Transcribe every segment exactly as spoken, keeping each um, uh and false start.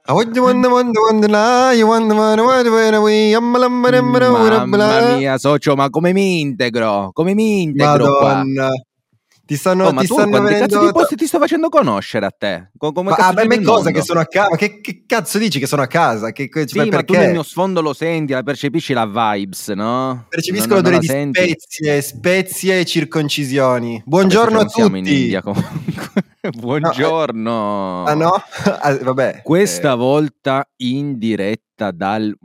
Mamma mia, socio, ma come mi integro? Come mi integro Madonna. qua? Ti stanno, oh, ma ti tu stanno quanti venendo... cazzo di posti ti sto facendo conoscere a te? Come ma cazzo a me giri il cosa mondo? che sono a casa? Ma che, che cazzo dici che sono a casa? Che, che, sì, ma, ma perché? tu nel mio sfondo lo senti, la percepisci la vibes, no? Percepisco no, no, l'odore la di senti? spezie, spezie e circoncisioni. Vabbè, Buongiorno a non siamo in tutti. India comunque. Buongiorno. No, eh, ah no? Ah, vabbè. Questa eh. volta in diretta dal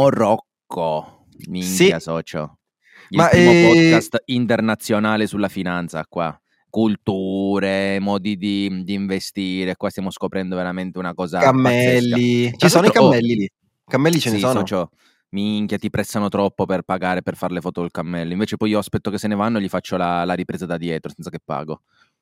Morocco. Minchia, Sì. socio. Il Ma, primo eh... podcast internazionale sulla finanza qua. Culture, modi di, di investire. Qua stiamo scoprendo veramente una cosa cammelli. pazzesca. Ci sono i cammelli oh, lì? Cammelli ce sì, ne sono? Socio. Minchia, ti pressano troppo per pagare per fare le foto del cammello. Invece poi io aspetto che se ne vanno e gli faccio la, la ripresa da dietro senza che pago.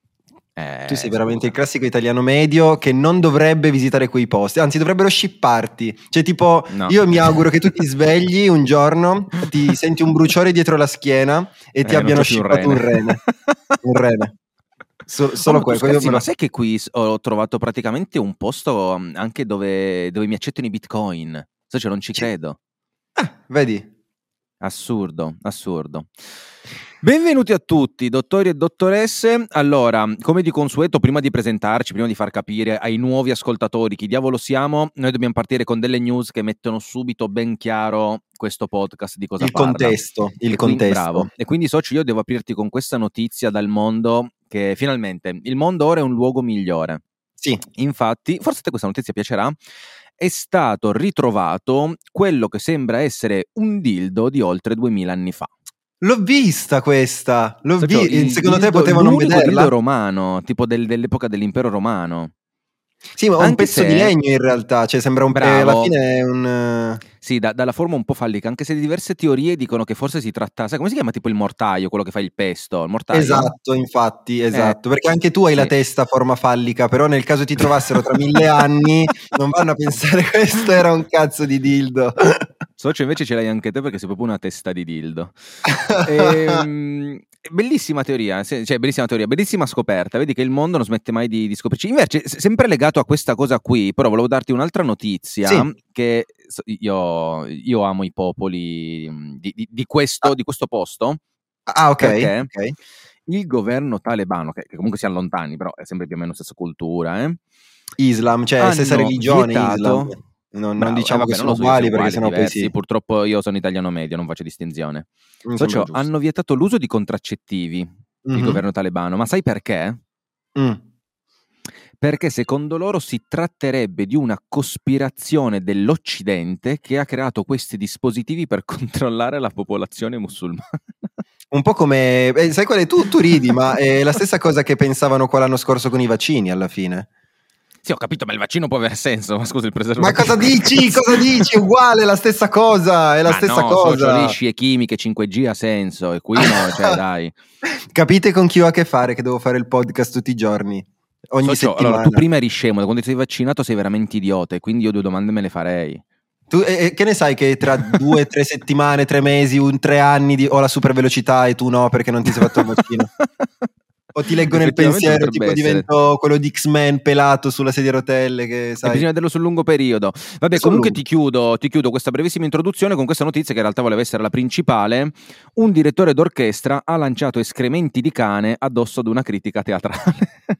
Eh, tu sei veramente scusa. il classico italiano medio che non dovrebbe visitare quei posti, anzi dovrebbero shipparti. Cioè tipo, no. io mi auguro che tu ti svegli un giorno, ti senti un bruciore dietro la schiena e ti eh, abbiano un shippato un rene. rene. Un rene. So, solo oh, quello. Ma, scherzi, lo... ma sai che qui ho trovato praticamente un posto anche dove, dove mi accettano i bitcoin? So, cioè, non ci credo. Ah, vedi? Assurdo, assurdo. Benvenuti a tutti, dottori e dottoresse. Allora, come di consueto, prima di presentarci, prima di far capire ai nuovi ascoltatori chi diavolo siamo, noi dobbiamo partire con delle news che mettono subito ben chiaro questo podcast di cosa il parla. Contesto, il e contesto. Quindi, bravo. E quindi, socio, io devo aprirti con questa notizia dal mondo, che finalmente il mondo ora è un luogo migliore. Sì. Infatti, forse a te questa notizia piacerà. È stato ritrovato quello che sembra essere un dildo di oltre duemila anni fa. L'ho vista questa, l'ho so, cioè, vi- secondo dildo, te potevano l'unico vederla? dildo romano, tipo del, dell'epoca dell'impero romano. Sì, ma Anche un pezzo se... di legno in realtà, cioè sembra un Bravo. Eh, alla fine è un... Sì, da, dalla forma un po' fallica, anche se diverse teorie dicono che forse si tratta, sai come si chiama, tipo il mortaio, quello che fa il pesto, il mortaio? Esatto, infatti, esatto, Eh, perché anche tu hai sì. la testa a forma fallica, però nel caso ti trovassero tra mille anni non vanno a pensare questo era un cazzo di dildo. Socio, invece ce l'hai anche te perché sei proprio una testa di dildo. ehm, bellissima teoria, cioè bellissima teoria, bellissima scoperta. Vedi che il mondo non smette mai di, di scoprirci. Invece, sempre legato a questa cosa qui, però volevo darti un'altra notizia. Sì. Che io, io amo i popoli di, di, di, questo, ah. di questo posto. Ah, ok. Perché okay. il governo talebano, che, che comunque siamo lontani, però è sempre più o meno stessa cultura, eh? Islam, cioè stessa religione, vietato, Islam. Non, non diciamo eh, vabbè, che sono non so, uguali, uguali, perché sennò diversi. poi sì. Purtroppo io sono italiano medio, non faccio distinzione. Mi Socio, sembra giusto. hanno vietato l'uso di contraccettivi, mm-hmm. il governo talebano, ma sai perché? Mm. Perché secondo loro si tratterebbe di una cospirazione dell'Occidente che ha creato questi dispositivi per controllare la popolazione musulmana. Un po' come, eh, sai qual è? Tu, tu ridi, ma è la stessa cosa che pensavano qua l'anno scorso con i vaccini alla fine. Sì, ho capito, ma il vaccino può aver senso, ma scusa, il preservativo. Ma cosa dici? Cosa dici? Uguale, è la stessa cosa, è la ma stessa no, cosa. Socio, lì scie chimiche, cinque G ha senso, e qui no, cioè dai. Capite con chi ho a che fare che devo fare il podcast tutti i giorni? Ogni Socio, settimana. allora, tu prima eri scemo, da quando ti sei vaccinato sei veramente idiota, e quindi io due domande me le farei. Tu, eh, che ne sai che tra due, tre settimane, tre mesi, un tre anni di, ho la super velocità e tu no perché non ti sei fatto il vaccino? O ti leggo nel pensiero, tipo essere. Divento quello di X-Men pelato sulla sedia a rotelle che sai. E bisogna vederlo sul lungo periodo. Vabbè, sul comunque lungo. ti chiudo, ti chiudo questa brevissima introduzione con questa notizia che in realtà voleva essere la principale. Un direttore d'orchestra ha lanciato escrementi di cane addosso ad una critica teatrale.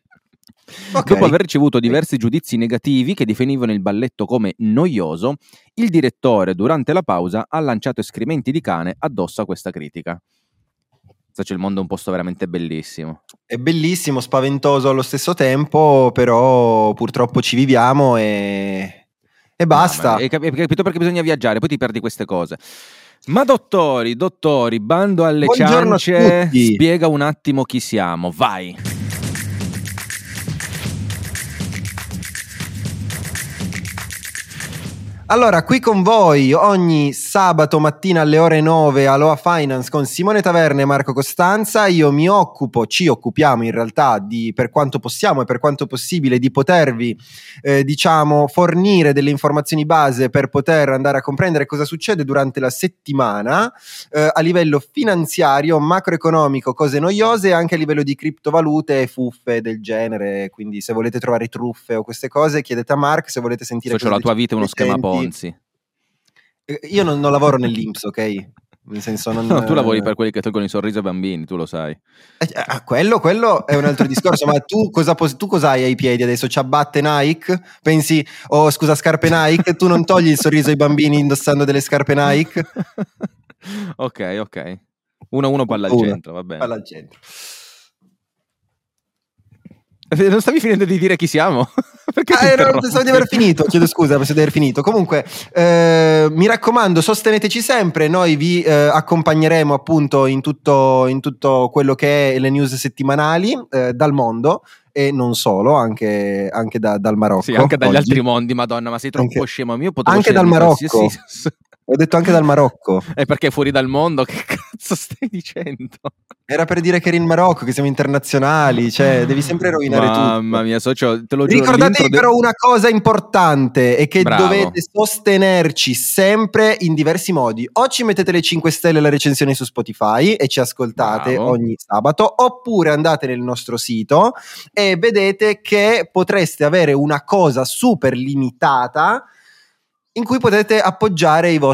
Okay. Dopo aver ricevuto diversi giudizi negativi che definivano il balletto come noioso, il direttore durante la pausa ha lanciato escrementi di cane addosso a questa critica. Cioè, il mondo è un posto veramente bellissimo. È bellissimo, spaventoso allo stesso tempo, però purtroppo ci viviamo e, e basta. No, hai capito perché bisogna viaggiare, poi ti perdi queste cose. Ma dottori, dottori, bando alle Buongiorno ciance, spiega un attimo chi siamo, vai! Allora, qui con voi ogni sabato mattina alle ore nove Aloha Finance con Simone Taverna e Marco Costanza. Io mi occupo, ci occupiamo in realtà di, per quanto possiamo e per quanto possibile, di potervi eh, diciamo fornire delle informazioni base per poter andare a comprendere cosa succede durante la settimana eh, a livello finanziario, macroeconomico, cose noiose, e anche a livello di criptovalute e fuffe del genere. Quindi se volete trovare truffe o queste cose chiedete a Mark, se volete sentire so, la tua vita è uno schema Ponzi. Io non, non lavoro nell'I N P S, ok? Nel senso non... No, tu lavori per quelli che tolgono il sorriso ai bambini, tu lo sai. Eh, quello, quello è un altro discorso. Ma tu cosa, tu cosa hai ai piedi adesso? Ciabatte Nike? Pensi, oh scusa, scarpe Nike? Tu non togli il sorriso ai bambini indossando delle scarpe Nike? Ok, ok. Uno a uno, palla al centro, va bene. Palla al centro. Non stavi finendo di dire chi siamo? Perché ah, no, pensavo di aver finito, chiedo scusa, pensavo di aver finito. Comunque, eh, mi raccomando, sosteneteci sempre. Noi vi eh, accompagneremo appunto in tutto, in tutto quello che è le news settimanali eh, dal mondo. E non solo, anche, anche da, dal Marocco. Sì, anche dagli oggi. altri mondi, madonna, ma sei troppo anche, scemo. Io anche dal Marocco. Qualsiasi... Ho detto anche dal Marocco. È perché è fuori dal mondo? Che cazzo stai dicendo? Era per dire che eri in Marocco, che siamo internazionali, cioè devi sempre rovinare Mamma tutto. Mamma mia, socio, te lo giuro. Ricordatevi però de... una cosa importante, è che Bravo. dovete sostenerci sempre in diversi modi. O ci mettete le cinque stelle e la recensione su Spotify e ci ascoltate Bravo. ogni sabato, oppure andate nel nostro sito e vedete che potreste avere una cosa super limitata in cui potete appoggiare i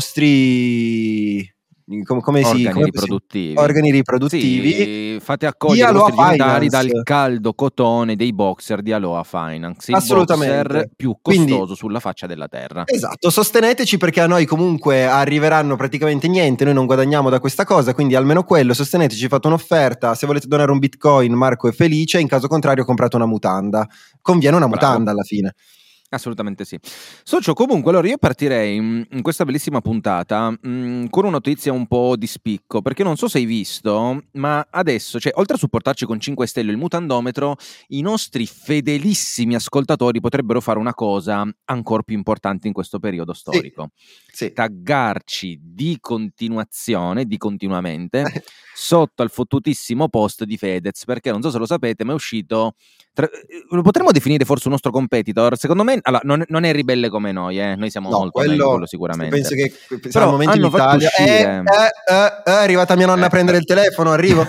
vostri come, come organi, si, come riproduttivi. organi riproduttivi. Sì, fate accogliere i vostri genitali dal caldo cotone dei boxer di Aloha Finance, il assolutamente boxer più costoso Quindi, sulla faccia della terra. Esatto, sosteneteci, perché a noi comunque arriveranno praticamente niente, noi non guadagniamo da questa cosa, quindi almeno quello, sosteneteci, fate un'offerta, se volete donare un bitcoin Marco è felice, in caso contrario comprate una mutanda, conviene una Bravo. mutanda alla fine. Assolutamente sì. Socio, comunque, allora io partirei in questa bellissima puntata mh, con una notizia un po' di spicco, perché non so se hai visto, ma adesso, cioè, oltre a supportarci con cinque stelle il mutandometro, i nostri fedelissimi ascoltatori potrebbero fare una cosa ancora più importante in questo periodo storico. Sì. Sì. Taggarci di continuazione, di continuamente, sotto al fottutissimo post di Fedez, perché non so se lo sapete, ma è uscito... Tra, lo potremmo definire forse un nostro competitor, secondo me. Allora, non, non è ribelle come noi, eh. Noi siamo no, molto quello, meglio, quello sicuramente. Penso che però al momento in Italia uscire... eh, eh, eh, è arrivata mia nonna eh. a prendere il telefono, arrivo.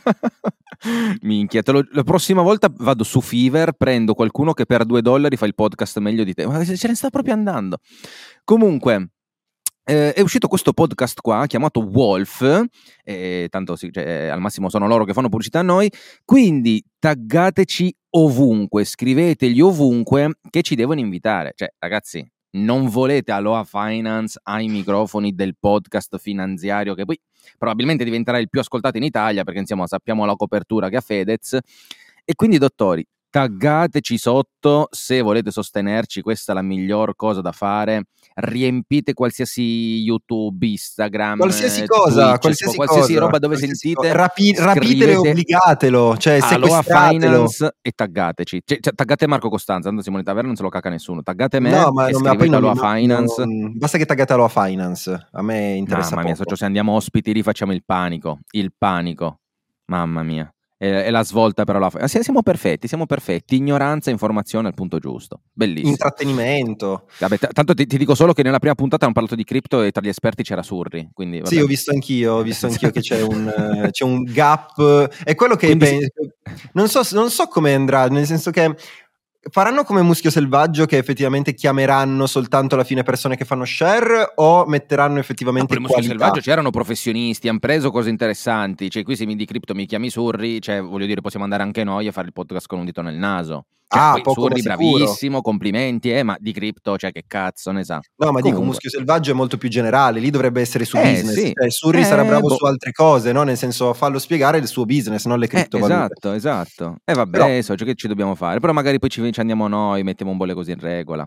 Minchia, te lo, la prossima volta vado su Fiverr, prendo qualcuno che per due dollari fa il podcast meglio di te. Ma ce ne sta proprio andando. Comunque, Eh, è uscito questo podcast qua chiamato Wolf, eh, tanto sì, cioè, al massimo sono loro che fanno pubblicità a noi, quindi taggateci ovunque, scrivetegli ovunque che ci devono invitare. Cioè, ragazzi, non volete Aloha Finance ai microfoni del podcast finanziario, che poi probabilmente diventerà il più ascoltato in Italia, perché insomma sappiamo la copertura che ha Fedez. E quindi, dottori, taggateci sotto se volete sostenerci, questa è la miglior cosa da fare. Riempite qualsiasi YouTube, Instagram, qualsiasi cosa, Twitch, qualsiasi, qualsiasi cosa, roba dove qualsiasi sentite, Rapi- rapitelo e obbligatelo, cioè Aloha sequestratelo. Finance e taggateci, cioè, cioè, taggate Marco Costanza, tanto Simone Taverna non se lo caca nessuno, taggate me no, ma e non, scrivete non, Aloha non, Finance. Non, basta che taggate Aloha Finance, a me interessa mamma mia, poco. socio, se andiamo ospiti lì facciamo il panico, il panico, mamma mia. È la svolta per la... siamo perfetti, siamo perfetti, ignoranza e informazione al punto giusto, bellissimo. Intrattenimento. Vabbè, t- tanto ti, ti dico solo che nella prima puntata hanno parlato di cripto e tra gli esperti c'era Surri, quindi vabbè. Sì, ho visto anch'io, ho visto anch'io che c'è un, uh, c'è un gap, è quello che ben, non so, non so come andrà, nel senso che faranno come Muschio Selvaggio, che effettivamente chiameranno soltanto alla fine persone che fanno share, o metteranno effettivamente no, Muschio Selvaggio c'erano professionisti, hanno preso cose interessanti, cioè qui se mi di cripto mi chiami Surri, cioè voglio dire possiamo andare anche noi a fare il podcast con un dito nel naso. Cioè, ah, poi, poco Surri ma bravissimo, complimenti, eh, ma di cripto, cioè che cazzo ne sa. No, ma Comunque. dico, Muschio Selvaggio è molto più generale, lì dovrebbe essere su eh, business, sì. cioè, Surri eh, sarà bravo boh. su altre cose, no? Nel senso, fallo spiegare il suo business, non le criptovalute. Eh, esatto, esatto. E eh, vabbè, Però... so, cioè, che ci dobbiamo fare? Però magari poi ci, ci andiamo noi, mettiamo un po' le cose in regola.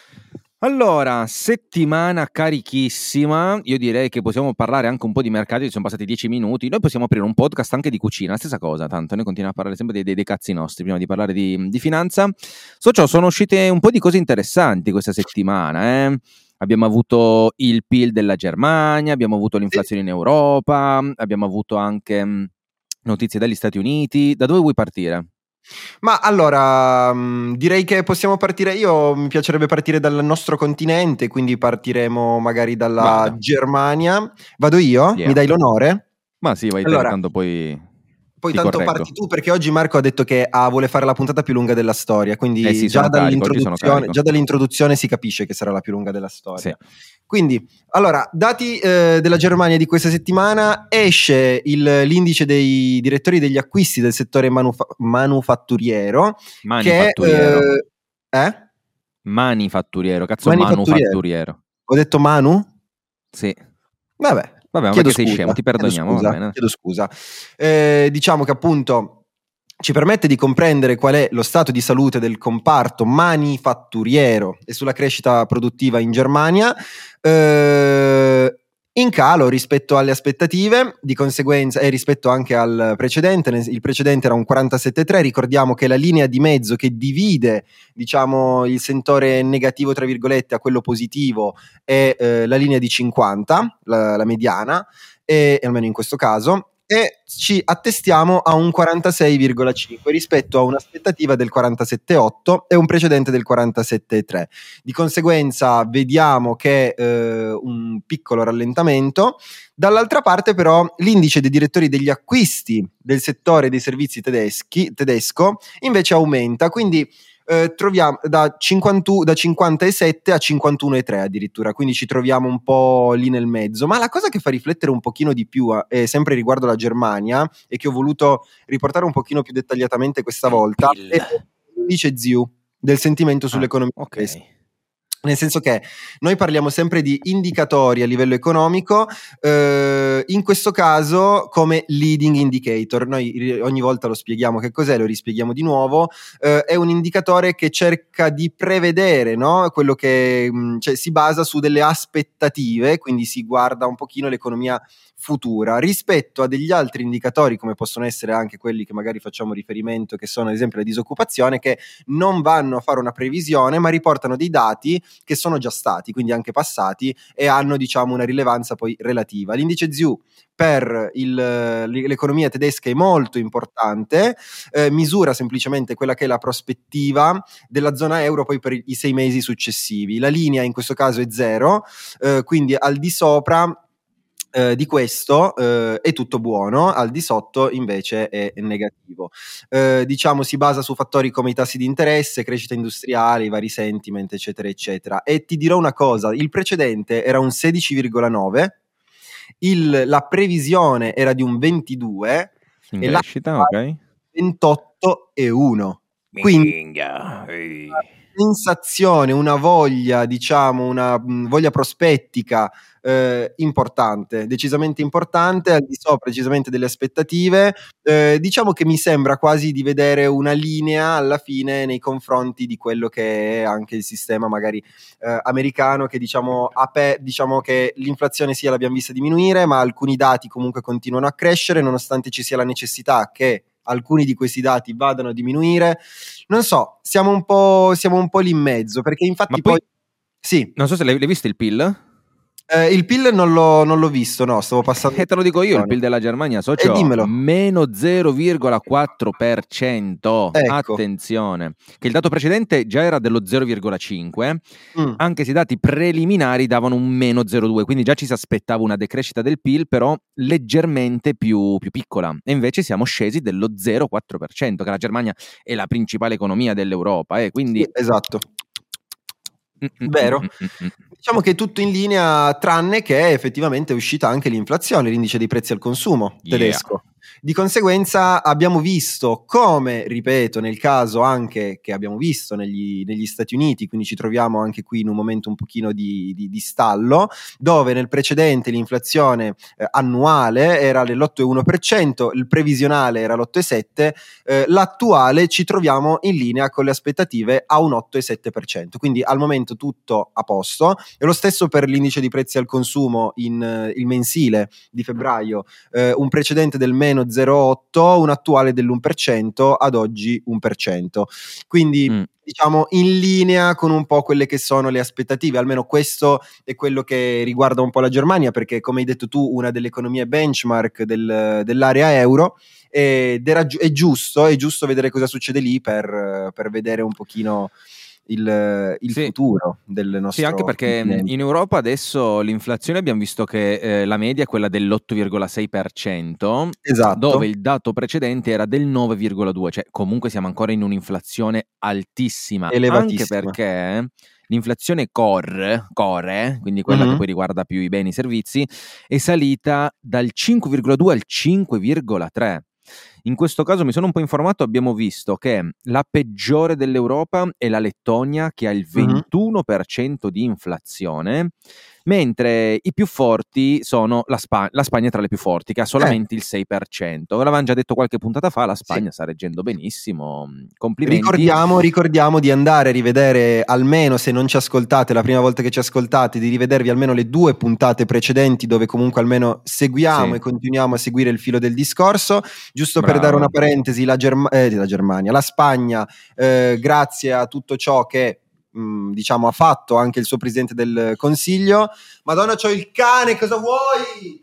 Allora, settimana carichissima, io direi che possiamo parlare anche un po' di mercati, ci sono passati dieci minuti, noi possiamo aprire un podcast anche di cucina, la stessa cosa, tanto noi continuiamo a parlare sempre dei, dei, dei cazzi nostri, prima di parlare di, di finanza. So, cioè, sono uscite un po' di cose interessanti questa settimana, eh? abbiamo avuto il P I L della Germania, abbiamo avuto l'inflazione sì. in Europa, abbiamo avuto anche mh, notizie dagli Stati Uniti. Da dove vuoi partire? Ma allora, mh, direi che possiamo partire, io mi piacerebbe partire dal nostro continente, quindi partiremo magari dalla Vada. Germania. Vado io? Yeah. Mi dai l'onore? Ma sì, vai allora, te, tanto poi Poi tanto correggo. Parti tu, perché oggi Marco ha detto che ah, vuole fare la puntata più lunga della storia, quindi eh sì, già, dall'introduzione, carico, già dall'introduzione si capisce che sarà la più lunga della storia. Sì. Quindi, allora, dati eh, della Germania di questa settimana, esce il, l'indice dei direttori degli acquisti del settore manufa- manufatturiero. Manifatturiero. Che, eh? eh? Manifatturiero, cazzo Manifatturiero. manufatturiero. Ho detto Manu? Sì. Vabbè. Vabbè, ma perché sei scemo, ti perdoniamo, chiedo scusa, va bene. Chiedo scusa. Eh, diciamo che appunto ci permette di comprendere qual è lo stato di salute del comparto manifatturiero e sulla crescita produttiva in Germania, eh, in calo rispetto alle aspettative, di conseguenza, e rispetto anche al precedente. Il precedente era un quarantasette virgola tre, ricordiamo che la linea di mezzo che divide, diciamo, il sentore negativo tra virgolette a quello positivo è eh, la linea di cinquanta, la, la mediana, e almeno in questo caso, e ci attestiamo a un quarantasei virgola cinque rispetto a un'aspettativa del quarantasette virgola otto e un precedente del quarantasette virgola tre. Di conseguenza vediamo che eh, un piccolo rallentamento. Dall'altra parte però l'indice dei direttori degli acquisti del settore dei servizi tedeschi, tedesco invece aumenta, quindi Eh, troviamo da, cinquanta, da cinquantasette a cinquantuno virgola tre addirittura, quindi ci troviamo un po' lì nel mezzo. Ma la cosa che fa riflettere un pochino di più, eh, sempre riguardo la Germania, e che ho voluto riportare un pochino più dettagliatamente questa volta, è l'indice Z U del sentimento sull'economia. Ah, ok. Nel senso che noi parliamo sempre di indicatori a livello economico, eh, in questo caso come leading indicator. Noi ogni volta lo spieghiamo che cos'è, lo rispieghiamo di nuovo. Eh, è un indicatore che cerca di prevedere, no? Quello che mh, cioè, si basa su delle aspettative, quindi si guarda un pochino l'economia futura rispetto a degli altri indicatori, come possono essere anche quelli che magari facciamo riferimento, che sono ad esempio la disoccupazione, che non vanno a fare una previsione ma riportano dei dati che sono già stati, quindi anche passati, e hanno, diciamo, una rilevanza poi relativa. L'indice Z U per il, l'economia tedesca è molto importante, eh, misura semplicemente quella che è la prospettiva della zona euro poi per i sei mesi successivi. La linea in questo caso è zero, eh, quindi al di sopra Eh, di questo eh, è tutto buono, al di sotto invece è negativo. Eh, diciamo si basa su fattori come i tassi di interesse, crescita industriale, i vari sentiment, eccetera, eccetera. E ti dirò una cosa, il precedente era un sedici virgola nove, il, la previsione era di un ventidue in e crescita, la ok, ventotto virgola uno. Quindi sensazione, una voglia, diciamo, una mh, voglia prospettica eh, importante, decisamente importante, al di sopra decisamente delle aspettative. Eh, diciamo che mi sembra quasi di vedere una linea alla fine nei confronti di quello che è anche il sistema magari eh, americano, che diciamo, ape, diciamo che l'inflazione sia l'abbiamo vista diminuire, ma alcuni dati comunque continuano a crescere, nonostante ci sia la necessità che alcuni di questi dati vadano a diminuire. Non so, siamo un po', siamo un po' lì in mezzo, perché infatti poi, poi sì. Non so se l'hai, l'hai visto il P I L? Eh, il P I L non l'ho, non l'ho visto, no, stavo passando. E te lo dico io, il P I L della Germania, socio, eh, meno zero virgola quattro per cento. Ecco. Attenzione, che il dato precedente già era dello zero virgola cinque, mm. anche se i dati preliminari davano un meno zero virgola due, quindi già ci si aspettava una decrescita del P I L, però leggermente più, più piccola. E invece siamo scesi dello zero virgola quattro per cento, che la Germania è la principale economia dell'Europa, eh, quindi... Sì, esatto. Vero, diciamo che è tutto in linea, tranne che effettivamente è uscita anche l'inflazione, l'indice dei prezzi al consumo tedesco. Yeah. Di conseguenza abbiamo visto come, ripeto, nel caso anche che abbiamo visto negli, negli Stati Uniti, quindi ci troviamo anche qui in un momento un pochino di, di, di stallo, dove nel precedente l'inflazione eh, annuale era dell'otto virgola uno per cento, il previsionale era l'otto virgola sette per cento, eh, l'attuale ci troviamo in linea con le aspettative a un otto virgola sette per cento, quindi al momento tutto a posto. E lo stesso per l'indice di prezzi al consumo in uh, il mensile di febbraio, eh, un precedente del meno meno zero virgola otto, un attuale dell'uno per cento, ad oggi uno per cento. Quindi mm. diciamo in linea con un po' quelle che sono le aspettative, almeno questo è quello che riguarda un po' la Germania, perché come hai detto tu, una delle economie benchmark del, dell'area euro, ed era gi- è giusto, è giusto vedere cosa succede lì per, per vedere un pochino il, il sì. futuro del nostro sì, anche perché continente. In Europa adesso l'inflazione abbiamo visto che eh, la media è quella dell'otto virgola sei per cento, esatto. Dove il dato precedente era del nove virgola due, cioè comunque siamo ancora in un'inflazione altissima, anche perché l'inflazione core, core quindi quella mm-hmm. che poi riguarda più i beni e i servizi, è salita dal cinque virgola due al cinque virgola tre. In questo caso mi sono un po' informato, abbiamo visto che la peggiore dell'Europa è la Lettonia, che ha il ventuno per cento mm-hmm. di inflazione, mentre i più forti sono la, Sp- la Spagna è tra le più forti, che ha solamente eh. il sei per cento. L'avevamo già detto qualche puntata fa, la Spagna sì. sta reggendo benissimo, complimenti. Ricordiamo, ricordiamo di andare a rivedere, almeno se non ci ascoltate, la prima volta che ci ascoltate, di rivedervi almeno le due puntate precedenti, dove comunque almeno seguiamo sì. e continuiamo a seguire il filo del discorso. Giusto Bravo. Per dare una parentesi, la, Germ- eh, la Germania, la Spagna, eh, grazie a tutto ciò che mh, diciamo ha fatto anche il suo presidente del Consiglio. Madonna, c'ho il cane, cosa vuoi?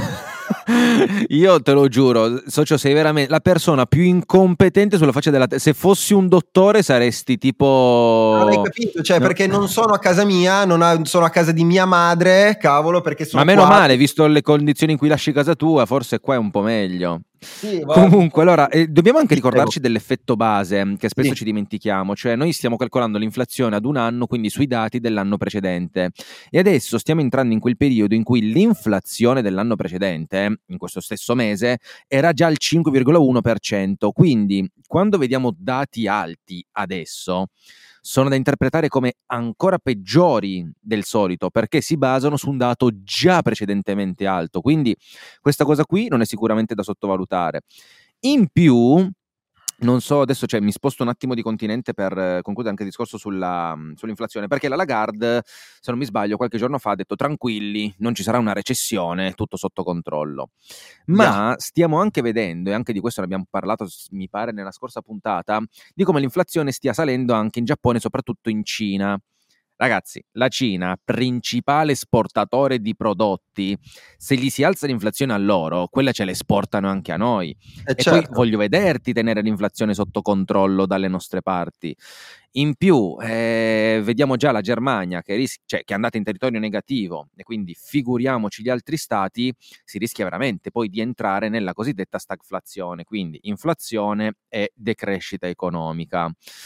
Io te lo giuro, socio, sei veramente la persona più incompetente sulla faccia della terra. Se fossi un dottore saresti tipo... Non hai capito, cioè no. perché non sono a casa mia, non ha, sono a casa di mia madre, cavolo, perché sono Ma meno qua. male, visto le condizioni in cui lasci casa tua, forse qua è un po' meglio. Sì, Comunque, allora, eh, dobbiamo anche ricordarci dell'effetto base, che spesso sì. ci dimentichiamo, cioè noi stiamo calcolando l'inflazione ad un anno, quindi sui dati dell'anno precedente, e adesso stiamo entrando in quel periodo in cui l'inflazione dell'anno precedente, in questo stesso mese, era già al cinque virgola uno per cento, quindi quando vediamo dati alti adesso, sono da interpretare come ancora peggiori del solito, perché si basano su un dato già precedentemente alto, quindi questa cosa qui non è sicuramente da sottovalutare. In più, non so, adesso cioè, mi sposto un attimo di continente per eh, concludere anche il discorso sulla, sull'inflazione, perché la Lagarde, se non mi sbaglio, qualche giorno fa ha detto tranquilli, non ci sarà una recessione, tutto sotto controllo. Ma yeah. stiamo anche vedendo, e anche di questo ne abbiamo parlato, mi pare, nella scorsa puntata, di come l'inflazione stia salendo anche in Giappone, soprattutto in Cina. Ragazzi, la Cina, principale esportatore di prodotti, se gli si alza l'inflazione a loro, quella ce l'esportano anche a noi. Eh e certo. poi voglio vederti tenere l'inflazione sotto controllo dalle nostre parti. In più, eh, vediamo già la Germania che, ris- cioè, che è andata in territorio negativo, e quindi figuriamoci gli altri stati, si rischia veramente poi di entrare nella cosiddetta stagflazione, quindi inflazione e decrescita economica.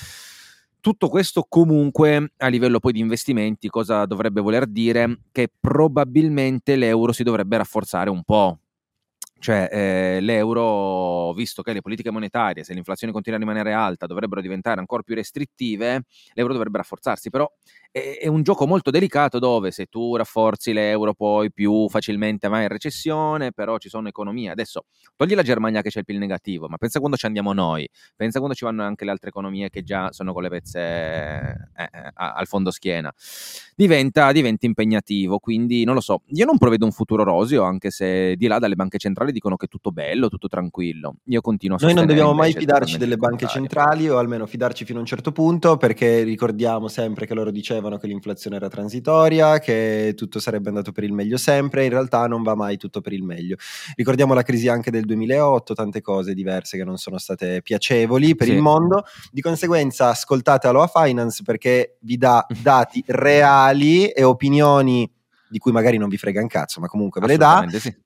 Tutto questo comunque a livello poi di investimenti cosa dovrebbe voler dire? Che probabilmente l'euro si dovrebbe rafforzare un po'. Cioè eh, l'euro, visto che le politiche monetarie, se l'inflazione continua a rimanere alta, dovrebbero diventare ancora più restrittive, l'euro dovrebbe rafforzarsi, però è, è un gioco molto delicato dove se tu rafforzi l'euro poi più facilmente vai in recessione, però ci sono economie. Adesso togli la Germania che c'è il P I L negativo, ma pensa quando ci andiamo noi, pensa quando ci vanno anche le altre economie che già sono con le pezze eh, eh, al fondo schiena. Diventa, diventa impegnativo, quindi non lo so, io non prevedo un futuro roseo, anche se di là dalle banche centrali dicono che è tutto bello, tutto tranquillo. Io continuo a Noi non dobbiamo mai invece fidarci delle banche contrario. centrali, o almeno fidarci fino a un certo punto, perché ricordiamo sempre che loro dicevano che l'inflazione era transitoria, che tutto sarebbe andato per il meglio sempre, in realtà non va mai tutto per il meglio. Ricordiamo la crisi anche del duemilaotto, tante cose diverse che non sono state piacevoli per sì. il mondo, di conseguenza ascoltate Aloha Finance perché vi dà dati reali e opinioni di cui magari non vi frega un cazzo, ma comunque ve le dà. Sì.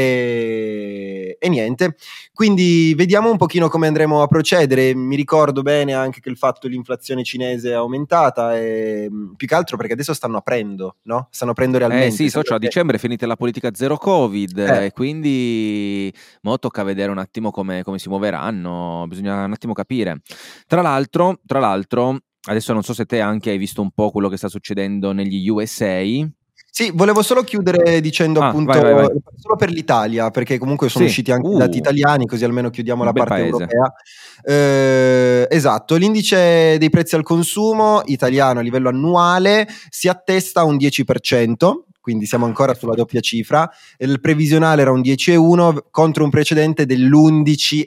E, e niente, quindi vediamo un pochino come andremo a procedere. Mi ricordo bene anche che il fatto che l'inflazione cinese è aumentata, e più che altro perché adesso stanno aprendo, no? Stanno aprendo realmente. Eh sì, socio, a che... dicembre è finita la politica zero covid eh. e quindi mo tocca vedere un attimo come, come si muoveranno, bisogna un attimo capire. Tra l'altro, tra l'altro, adesso non so se te anche hai visto un po' quello che sta succedendo negli U S A. Sì, volevo solo chiudere dicendo ah, appunto, vai, vai, vai. solo per l'Italia, perché comunque sono sì. usciti anche uh, i dati italiani, così almeno chiudiamo la parte paese. europea. Eh, esatto, l'indice dei prezzi al consumo italiano a livello annuale si attesta a un dieci per cento, quindi siamo ancora ah, sulla doppia cifra. Il previsionale era un dieci virgola uno contro un precedente dell'undici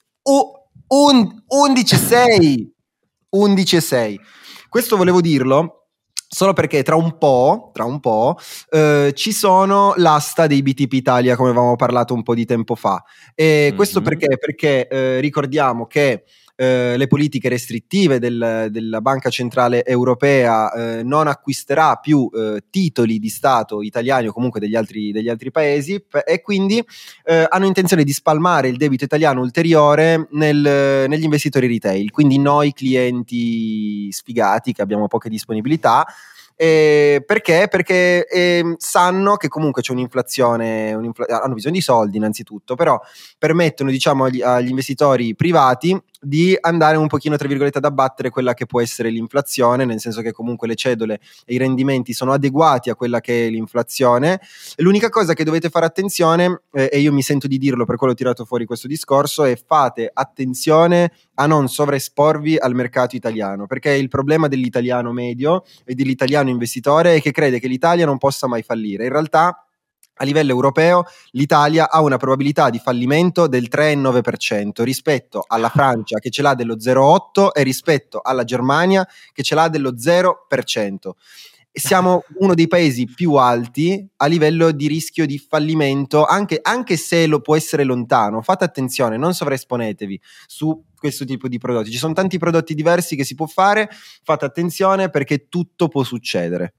virgola sei. undici virgola sei. Questo volevo dirlo solo perché tra un po', tra un po' eh, ci sono l'asta dei B T P Italia, come avevamo parlato un po' di tempo fa. E mm-hmm. Questo perché? Perché eh, ricordiamo che eh, le politiche restrittive del, della Banca Centrale Europea eh, non acquisterà più eh, titoli di Stato italiani o comunque degli altri, degli altri paesi p- e quindi eh, hanno intenzione di spalmare il debito italiano ulteriore nel, negli investitori retail, quindi noi clienti sfigati che abbiamo poche disponibilità. Eh, perché? Perché eh, sanno che comunque c'è un'inflazione, un'infla- hanno bisogno di soldi innanzitutto, però permettono, diciamo, agli, agli investitori privati di andare un pochino, tra virgolette, ad abbattere quella che può essere l'inflazione, nel senso che comunque le cedole e i rendimenti sono adeguati a quella che è l'inflazione. L'unica cosa che dovete fare attenzione, eh, e io mi sento di dirlo, per quello ho tirato fuori questo discorso, è fate attenzione a non sovraesporvi al mercato italiano, perché il problema dell'italiano medio e dell'italiano investitore è che crede che l'Italia non possa mai fallire. In realtà a livello europeo l'Italia ha una probabilità di fallimento del tre virgola nove per cento rispetto alla Francia che ce l'ha dello zero virgola otto per cento e rispetto alla Germania che ce l'ha dello zero per cento. Siamo uno dei paesi più alti a livello di rischio di fallimento, anche, anche se lo può essere lontano. Fate attenzione, non sovraesponetevi su questo tipo di prodotti. Ci sono tanti prodotti diversi che si può fare, fate attenzione perché tutto può succedere.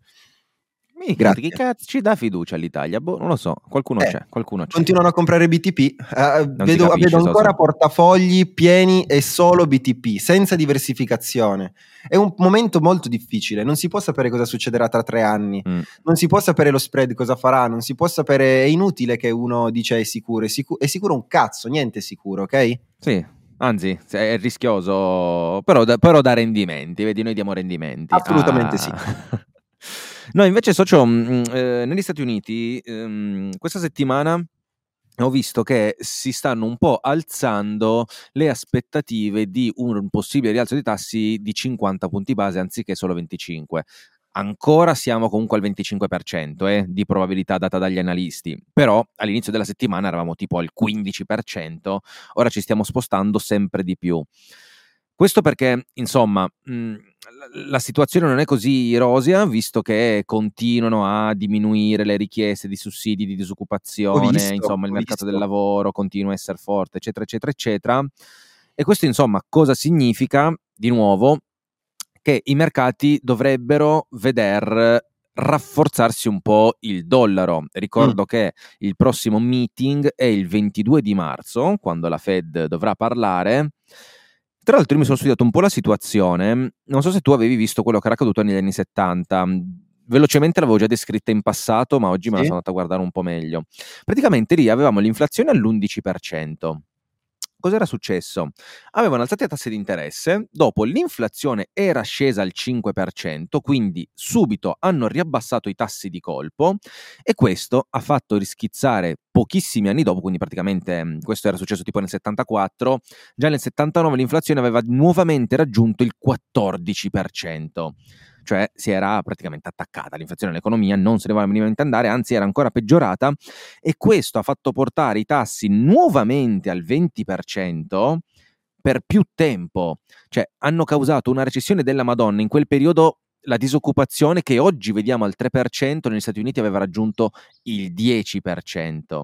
Mica, che cazzo ci dà fiducia all'Italia? Boh, non lo so, qualcuno eh, c'è, qualcuno c'è. Continuano a comprare B T P, uh, vedo, capisce, vedo ancora so, so. portafogli pieni e solo B T P, senza diversificazione. È un momento molto difficile, non si può sapere cosa succederà tra tre anni, mm. non si può sapere lo spread cosa farà, non si può sapere, è inutile che uno dice è sicuro, è sicuro, è sicuro un cazzo, niente è sicuro, ok? Sì. Anzi, è rischioso, però da, però da rendimenti, vedi, noi diamo rendimenti. Assolutamente ah. sì. No, invece socio, mh, eh, negli Stati Uniti ehm, questa settimana ho visto che si stanno un po' alzando le aspettative di un possibile rialzo dei tassi di cinquanta punti base anziché solo venticinque. Ancora siamo comunque al venticinque per cento eh, di probabilità data dagli analisti, però all'inizio della settimana eravamo tipo al quindici per cento, ora ci stiamo spostando sempre di più. Questo perché, insomma, mh, la situazione non è così rosea, visto che continuano a diminuire le richieste di sussidi di disoccupazione, visto, insomma, il mercato visto. del lavoro continua a essere forte, eccetera, eccetera, eccetera. E questo, insomma, cosa significa? Di nuovo, che i mercati dovrebbero veder rafforzarsi un po' il dollaro. Ricordo mm. che il prossimo meeting è il ventidue di marzo, quando la Fed dovrà parlare. Tra l'altro io mi sono studiato un po' la situazione, non so se tu avevi visto quello che era accaduto negli anni settanta, velocemente l'avevo già descritta in passato, ma oggi sì. me la sono andata a guardare un po' meglio. Praticamente lì avevamo l'inflazione all'undici per cento. Cos'era successo? Avevano alzato i tassi di interesse, dopo l'inflazione era scesa al cinque per cento, quindi subito hanno riabbassato i tassi di colpo e questo ha fatto rischizzare pochissimi anni dopo, quindi praticamente questo era successo tipo nel settantaquattro, già nel settantanove l'inflazione aveva nuovamente raggiunto il quattordici per cento. Cioè si era praticamente attaccata l'inflazione all'economia, non se ne voleva minimamente andare, anzi era ancora peggiorata e questo ha fatto portare i tassi nuovamente al venti per cento per più tempo, cioè hanno causato una recessione della Madonna. In quel periodo la disoccupazione che oggi vediamo al tre per cento negli Stati Uniti aveva raggiunto il dieci per cento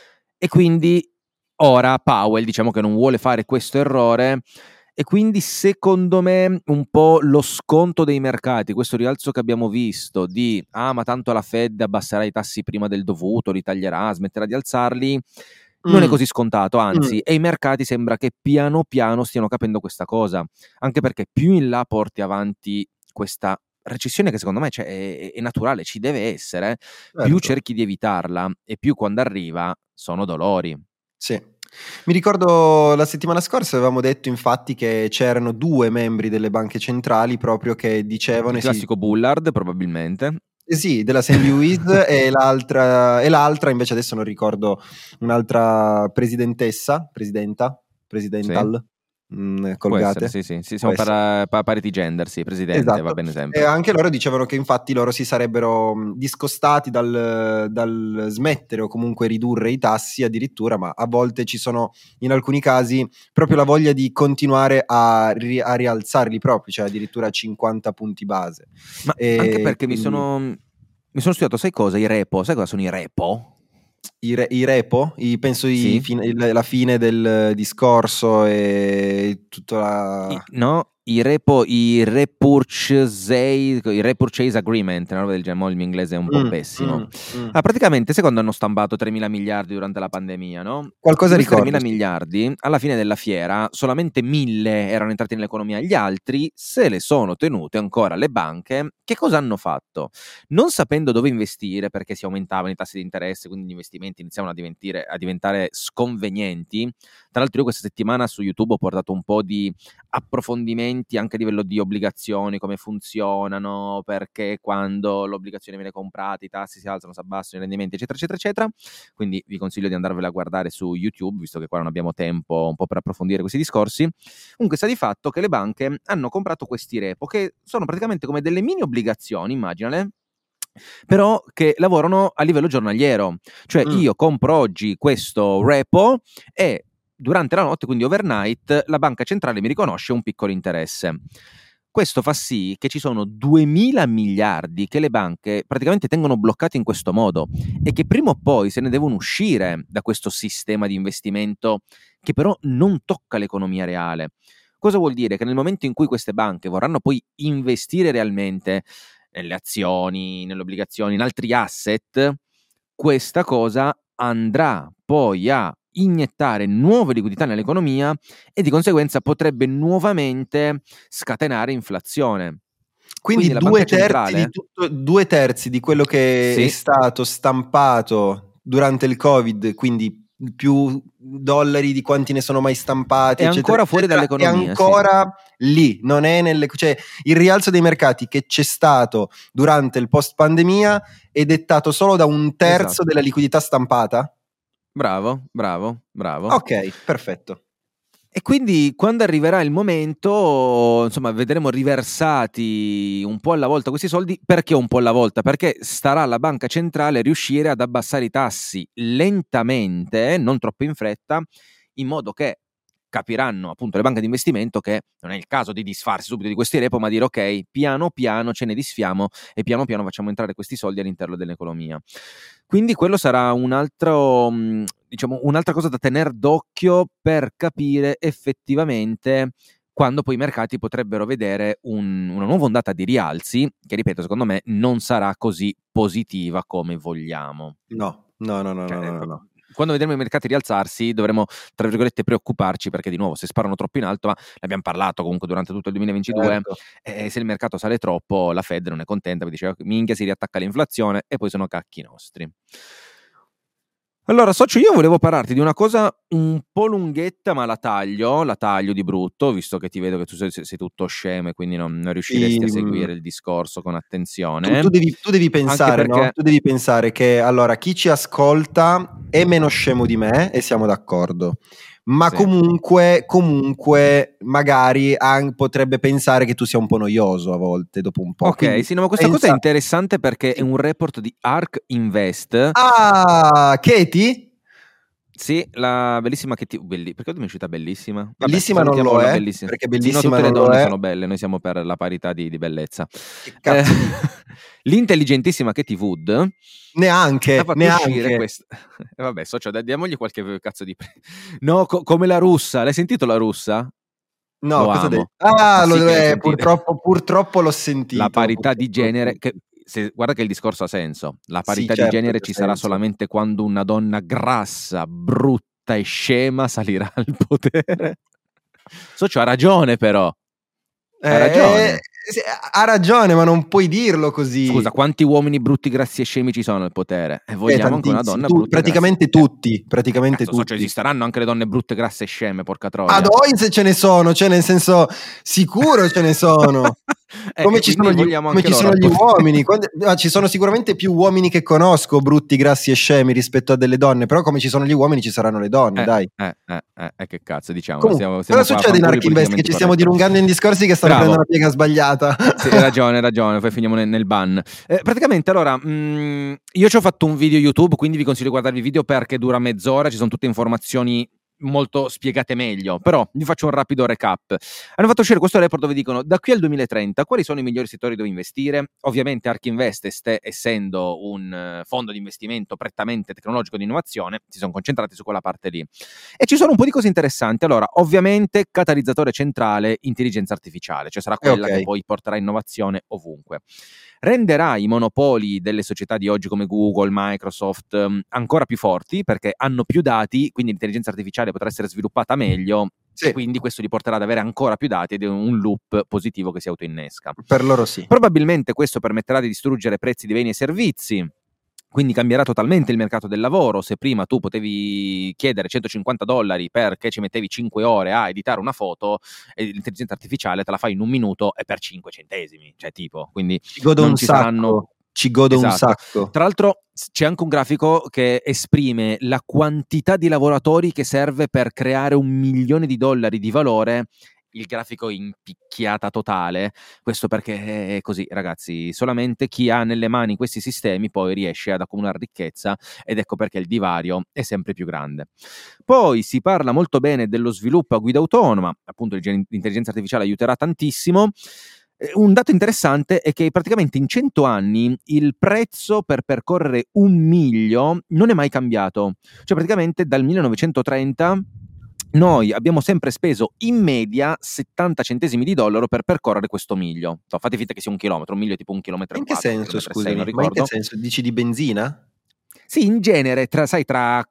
e quindi ora Powell diciamo che non vuole fare questo errore. E quindi secondo me un po' lo sconto dei mercati, questo rialzo che abbiamo visto di ah ma tanto la Fed abbasserà i tassi prima del dovuto, li taglierà, smetterà di alzarli, mm. non è così scontato, anzi, mm. e i mercati sembra che piano piano stiano capendo questa cosa, anche perché più in là porti avanti questa recessione che secondo me cioè, è, è naturale, ci deve essere, certo. Più cerchi di evitarla e più quando arriva sono dolori. Sì. Mi ricordo la settimana scorsa avevamo detto infatti che c'erano due membri delle banche centrali proprio che dicevano... Il classico si... Bullard probabilmente. sì, della Saint Louis e, l'altra, e l'altra invece adesso non ricordo, un'altra presidentessa, presidenta, presidental, Sì. mh, colgate. Essere, sì, sì, sì, siamo per, per parity gender, sì, presidente, esatto. va bene sempre. E anche loro dicevano che infatti loro si sarebbero discostati dal, dal smettere o comunque ridurre i tassi addirittura, ma a volte ci sono in alcuni casi proprio la voglia di continuare a, ri, a rialzarli proprio, cioè addirittura a cinquanta punti base. Ma e anche perché quindi... mi sono mi sono studiato, sai cosa? I repo, sai cosa sono i repo? I, re, i repo? I, penso sì. i fine, la fine del discorso e tutta la... I, no, i repo, i repurchase, i repurchase agreement, una roba del genere, il mio inglese è un po' mm, pessimo. Mm, mm. Ah, praticamente, secondo hanno stampato tremila miliardi durante la pandemia, no? Qualcosa di ricordo. tremila miliardi, alla fine della fiera, solamente mille erano entrati nell'economia, gli altri se le sono tenute ancora le banche. Che cosa hanno fatto? Non sapendo dove investire, perché si aumentavano i tassi di interesse, quindi gli investimenti iniziavano a diventare, a diventare sconvenienti. Tra l'altro io questa settimana su YouTube ho portato un po' di approfondimenti anche a livello di obbligazioni, come funzionano, perché quando l'obbligazione viene comprata i tassi si alzano, si abbassano, i rendimenti, eccetera, eccetera, eccetera. Quindi vi consiglio di andarvela a guardare su YouTube, visto che qua non abbiamo tempo un po' per approfondire questi discorsi. Comunque sta di fatto che le banche hanno comprato questi repo, che sono praticamente come delle mini obbligazioni, immaginale, però che lavorano a livello giornaliero. Cioè mm. io compro oggi questo repo e durante la notte, quindi overnight, la banca centrale mi riconosce un piccolo interesse. Questo fa sì che ci sono duemila miliardi che le banche praticamente tengono bloccati in questo modo e che prima o poi se ne devono uscire da questo sistema di investimento che però non tocca l'economia reale. Cosa vuol dire? Che nel momento in cui queste banche vorranno poi investire realmente nelle azioni, nelle obbligazioni, in altri asset, questa cosa andrà poi a iniettare nuove liquidità nell'economia e di conseguenza potrebbe nuovamente scatenare inflazione. Quindi, Quindi due, terzi centrale... di tutto, due terzi di quello che sì. è stato stampato durante il Covid, quindi più dollari di quanti ne sono mai stampati, è eccetera, ancora fuori eccetera, dall'economia, è ancora sì. lì, non è nelle, cioè il rialzo dei mercati che c'è stato durante il post pandemia è dettato solo da un terzo esatto. della liquidità stampata. Bravo, bravo, bravo. Ok, perfetto. E quindi quando arriverà il momento, insomma, vedremo riversati un po' alla volta questi soldi. Perché un po' alla volta? Perché starà alla banca centrale riuscire ad abbassare i tassi lentamente, non troppo in fretta, in modo che capiranno appunto le banche di investimento che non è il caso di disfarsi subito di questi repo, ma dire ok, piano piano ce ne disfiamo e piano piano facciamo entrare questi soldi all'interno dell'economia. Quindi quello sarà un altro, diciamo, un'altra cosa da tenere d'occhio per capire effettivamente quando poi i mercati potrebbero vedere un, una nuova ondata di rialzi, che ripeto, secondo me non sarà così positiva come vogliamo. No, no, no, no, cioè, no, no, no. Quando vedremo i mercati rialzarsi dovremo, tra virgolette, preoccuparci perché di nuovo se sparano troppo in alto, ma ne abbiamo parlato comunque durante tutto il duemilaventidue, certo. eh, se il mercato sale troppo la Fed non è contenta, dice minchia si riattacca l'inflazione e poi sono cacchi nostri. Allora, socio, io volevo parlarti di una cosa un po' lunghetta, ma la taglio, la taglio di brutto, visto che ti vedo che tu sei, sei tutto scemo e quindi non, non riusciresti sì, a seguire il discorso con attenzione. Tu, tu, devi, tu devi pensare, perché... no? Tu devi pensare che allora chi ci ascolta è meno scemo di me e siamo d'accordo. Ma sì. comunque, comunque magari an- potrebbe pensare che tu sia un po' noioso a volte dopo un po'. Ok, Quindi sì, no, ma questa pensa... cosa è interessante perché è un report di Ark Invest. Ah, Katie? Sì, la bellissima Katie, belli... perché mi è uscita bellissima? Vabbè, bellissima non lo è, bellissima. Perché bellissima sì, no, tutte non le donne lo è. sono belle, noi siamo per la parità di, di bellezza. Che cazzo eh, l'intelligentissima Katie Wood neanche, ha fatto neanche. uscire questa. E vabbè, socio, diamogli qualche cazzo di no, co- come la russa, l'hai sentito la russa? No, lo cosa amo. devi... Ah, sì lo è, purtroppo, purtroppo l'ho sentito. La parità di genere, sentito. che, se, guarda che il discorso ha senso. La parità sì, certo, di genere ci senso. sarà solamente quando una donna grassa, brutta e scema salirà al potere. Socio, ha ragione però. Ha eh, ragione. Ha ragione, ma non puoi dirlo così. Scusa, quanti uomini brutti, grassi e scemi ci sono al potere? E vogliamo eh, anche una donna tu, brutta praticamente grassa. tutti, praticamente Cazzo, tutti. Socio, esisteranno anche le donne brutte, grasse e sceme, porca troia. Ad oggi se ce ne sono, cioè nel senso sicuro ce ne sono. come ci sono, gli, come ci sono gli uomini quando, ah, ci sono sicuramente più uomini che conosco brutti, grassi e scemi rispetto a delle donne, però come ci sono gli uomini ci saranno le donne, eh, dai eh, eh, eh, eh, che cazzo diciamo. Comunque, stiamo, stiamo cosa succede in Archinvest che ci stiamo dilungando in discorsi che stanno Bravo. prendendo una piega sbagliata? Sì, hai ragione, hai ragione, poi finiamo nel, nel ban. Eh, praticamente allora mh, io ci ho fatto un video YouTube, quindi vi consiglio di guardarvi il video perché dura mezz'ora, ci sono tutte informazioni molto spiegate meglio, però vi faccio un rapido recap. Hanno fatto uscire questo report dove dicono: da qui al duemilatrenta quali sono i migliori settori dove investire? Ovviamente Ark Invest, est- essendo un uh, fondo di investimento prettamente tecnologico di innovazione, si sono concentrati su quella parte lì e ci sono un po' di cose interessanti. Allora, ovviamente catalizzatore centrale intelligenza artificiale, cioè sarà quella okay. che poi porterà innovazione ovunque. Renderà i monopoli delle società di oggi come Google, Microsoft um, ancora più forti perché hanno più dati, quindi l'intelligenza artificiale potrà essere sviluppata meglio sì. E quindi questo li porterà ad avere ancora più dati ed è un loop positivo che si autoinnesca. Per loro sì. Probabilmente questo permetterà di distruggere prezzi di beni e servizi, quindi cambierà totalmente il mercato del lavoro. Se prima tu potevi chiedere centocinquanta dollari perché ci mettevi cinque ore a editare una foto, e l'intelligenza artificiale te la fa in un minuto e per cinque centesimi, cioè tipo, quindi ci godo non un ci sacco. saranno... Ci godo esatto. un sacco. Tra l'altro c'è anche un grafico che esprime la quantità di lavoratori che serve per creare un milione di dollari di valore. Il grafico in picchiata totale, questo perché è così, ragazzi, solamente chi ha nelle mani questi sistemi poi riesce ad accumulare ricchezza ed ecco perché il divario è sempre più grande. Poi si parla molto bene dello sviluppo a guida autonoma, appunto l'intelligenza artificiale aiuterà tantissimo. Un dato interessante è che praticamente in cento anni il prezzo per percorrere un miglio non è mai cambiato, cioè praticamente dal millenovecentotrenta noi abbiamo sempre speso in media settanta centesimi di dollaro per percorrere questo miglio. So, fate finta che sia un chilometro, un miglio è tipo un chilometro in e quattro. In che senso, scusami? Sei, ma in che senso? Dici di benzina? Sì, in genere, tra, sai, tra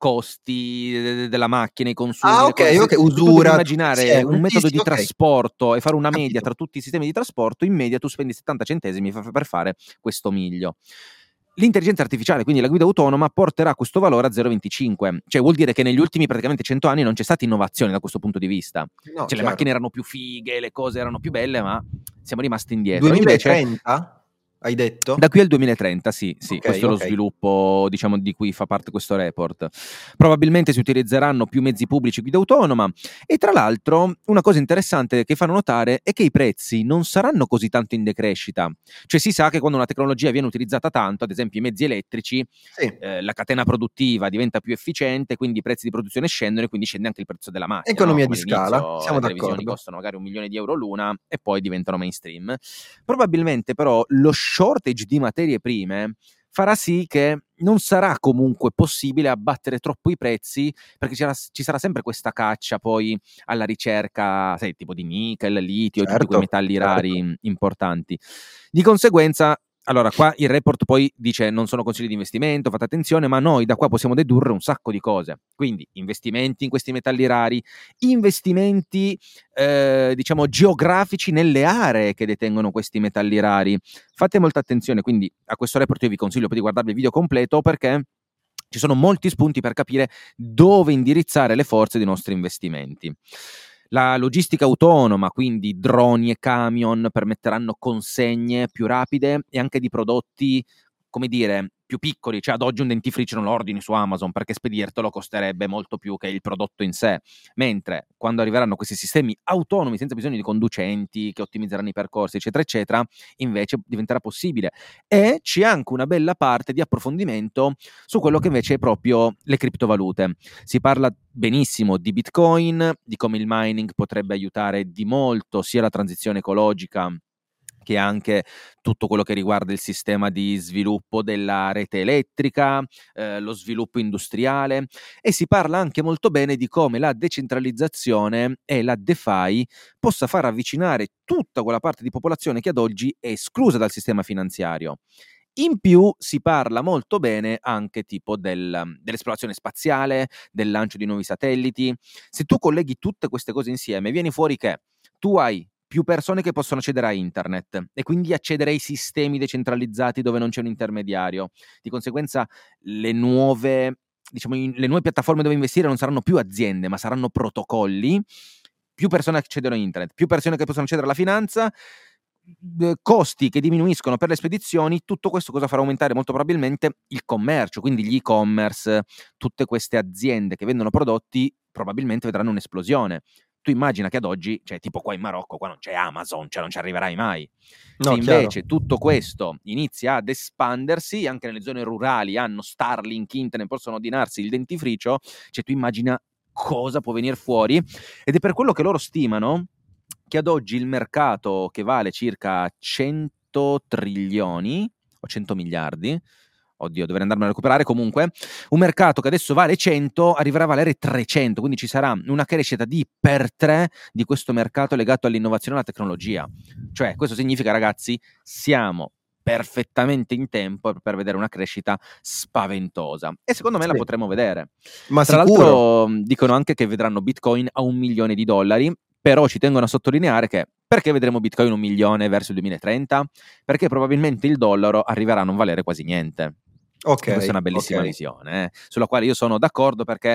costi della macchina, i consumi, ah, ok, cose, ok, usura. Tu devi immaginare insieme, un metodo sì, di okay. trasporto e fare una media tra tutti i sistemi di trasporto. In media tu spendi settanta centesimi per fare questo miglio. L'intelligenza artificiale, quindi la guida autonoma, porterà questo valore a zero virgola venticinque, cioè vuol dire che negli ultimi praticamente cento anni non c'è stata innovazione da questo punto di vista. No, cioè chiaro. Le macchine erano più fighe, le cose erano più belle, ma siamo rimasti indietro. duemilatrenta? Invece, hai detto? Da qui al duemilatrenta, sì, sì, okay, questo è lo okay. sviluppo, diciamo, di cui fa parte questo report. Probabilmente si utilizzeranno più mezzi pubblici guida autonoma e tra l'altro una cosa interessante che fanno notare è che i prezzi non saranno così tanto in decrescita. Cioè si sa che quando una tecnologia viene utilizzata tanto, ad esempio i mezzi elettrici, sì. eh, la catena produttiva diventa più efficiente, quindi i prezzi di produzione scendono e quindi scende anche il prezzo della macchina. Economia no? di scala, siamo le d'accordo. Le televisioni costano magari un milione di euro l'una e poi diventano mainstream. Probabilmente però lo shortage di materie prime farà sì che non sarà comunque possibile abbattere troppo i prezzi, perché ci sarà, ci sarà sempre questa caccia poi alla ricerca, sai, tipo di nickel, litio, certo, tutti quei metalli certo. rari importanti. Di conseguenza, allora qua il report poi dice non sono consigli di investimento, fate attenzione, ma noi da qua possiamo dedurre un sacco di cose. Quindi investimenti in questi metalli rari, investimenti eh, diciamo geografici nelle aree che detengono questi metalli rari. Fate molta attenzione, quindi a questo report io vi consiglio poi di guardarvi il video completo perché ci sono molti spunti per capire dove indirizzare le forze dei nostri investimenti. La logistica autonoma, quindi droni e camion, permetteranno consegne più rapide e anche di prodotti, come dire, più piccoli. Cioè ad oggi un dentifricio non lo ordini su Amazon perché spedirtelo costerebbe molto più che il prodotto in sé. Mentre quando arriveranno questi sistemi autonomi senza bisogno di conducenti che ottimizzeranno i percorsi, eccetera, eccetera, invece diventerà possibile. E c'è anche una bella parte di approfondimento su quello che invece è proprio le criptovalute. Si parla benissimo di Bitcoin, di come il mining potrebbe aiutare di molto sia la transizione ecologica che anche tutto quello che riguarda il sistema di sviluppo della rete elettrica, eh, lo sviluppo industriale, e si parla anche molto bene di come la decentralizzazione e la DeFi possa far avvicinare tutta quella parte di popolazione che ad oggi è esclusa dal sistema finanziario. In più si parla molto bene anche tipo del, dell'esplorazione spaziale, del lancio di nuovi satelliti. Se tu colleghi tutte queste cose insieme, vieni fuori che tu hai più persone che possono accedere a internet e quindi accedere ai sistemi decentralizzati dove non c'è un intermediario. Di conseguenza le nuove, diciamo, le nuove piattaforme dove investire non saranno più aziende, ma saranno protocolli. Più persone accedono a internet, più persone che possono accedere alla finanza, costi che diminuiscono per le spedizioni, tutto questo cosa farà aumentare molto probabilmente il commercio, quindi gli e-commerce, tutte queste aziende che vendono prodotti probabilmente vedranno un'esplosione. Tu immagina che ad oggi, cioè tipo qua in Marocco, qua non c'è Amazon, cioè non ci arriverai mai. No, Se invece chiaro. tutto questo inizia ad espandersi, anche nelle zone rurali hanno Starlink, internet, possono ordinarsi il dentifricio, cioè tu immagina cosa può venire fuori, ed è per quello che loro stimano che ad oggi il mercato, che vale circa cento trilioni o cento miliardi, oddio dovrei andarmelo a recuperare, comunque un mercato che adesso vale cento arriverà a valere trecento, quindi ci sarà una crescita di per tre di questo mercato legato all'innovazione e alla tecnologia. Cioè questo significa, ragazzi, siamo perfettamente in tempo per vedere una crescita spaventosa, e secondo me sì, la potremo vedere. Ma tra sicuro. l'altro dicono anche che vedranno Bitcoin a un milione di dollari, però ci tengono a sottolineare che perché vedremo Bitcoin un milione verso il duemilatrenta? Perché probabilmente il dollaro arriverà a non valere quasi niente. Ok, e questa è una bellissima okay. visione, eh, sulla quale io sono d'accordo, perché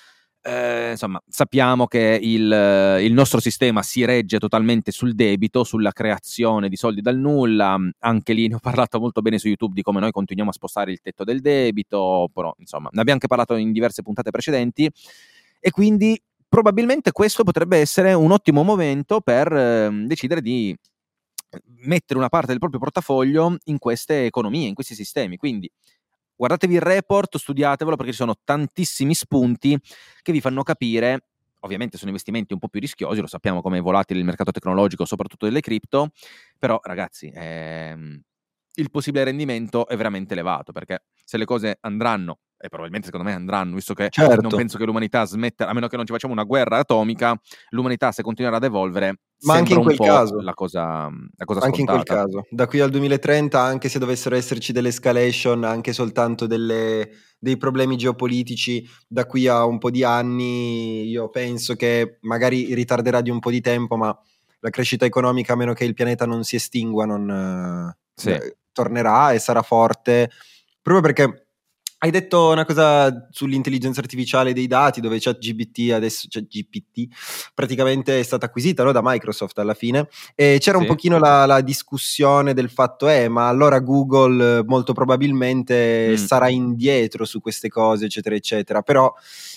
eh, insomma sappiamo che il, il nostro sistema si regge totalmente sul debito, sulla creazione di soldi dal nulla. Anche lì ne ho parlato molto bene su YouTube di come noi continuiamo a spostare il tetto del debito, però insomma ne abbiamo anche parlato in diverse puntate precedenti, e quindi probabilmente questo potrebbe essere un ottimo momento per eh, decidere di mettere una parte del proprio portafoglio in queste economie, in questi sistemi. Quindi guardatevi il report, studiatevelo, perché ci sono tantissimi spunti che vi fanno capire. Ovviamente sono investimenti un po' più rischiosi, lo sappiamo come è volatile il mercato tecnologico, soprattutto delle cripto, però ragazzi ehm, il possibile rendimento è veramente elevato, perché se le cose andranno, e probabilmente secondo me andranno, visto che certo. non penso che l'umanità smetta, a meno che non ci facciamo una guerra atomica, l'umanità se continuerà ad evolvere ma anche in quel caso la cosa, la cosa anche scontata. in quel caso da qui al duemilatrenta, anche se dovessero esserci delle escalation, anche soltanto delle, dei problemi geopolitici, da qui a un po' di anni io penso che magari ritarderà di un po' di tempo, ma la crescita economica, a meno che il pianeta non si estingua, non sì. eh, tornerà e sarà forte, proprio perché hai detto una cosa sull'intelligenza artificiale dei dati, dove ChatGPT adesso, ChatGPT praticamente è stata acquisita, no, da Microsoft alla fine, e c'era sì. un pochino la, la discussione del fatto eh, ma allora Google molto probabilmente mm. sarà indietro su queste cose, eccetera eccetera, però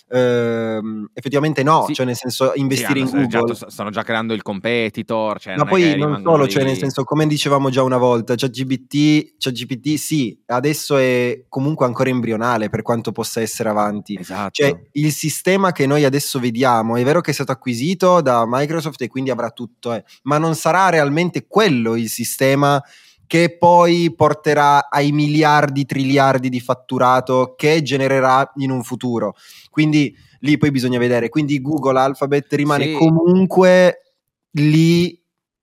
ehm, effettivamente no, sì. cioè nel senso investire sì, in Google già, stanno già creando il competitor, cioè ma non poi è che non solo, lì... cioè nel senso, come dicevamo già una volta, ChatGPT, ChatGPT sì, adesso è comunque ancora embrionale per quanto possa essere avanti. Esatto. Cioè il sistema che noi adesso vediamo è vero che è stato acquisito da Microsoft e quindi avrà tutto, eh, ma non sarà realmente quello il sistema che poi porterà ai miliardi, triliardi di fatturato che genererà in un futuro. Quindi lì poi bisogna vedere. Quindi Google Alphabet rimane sì. comunque lì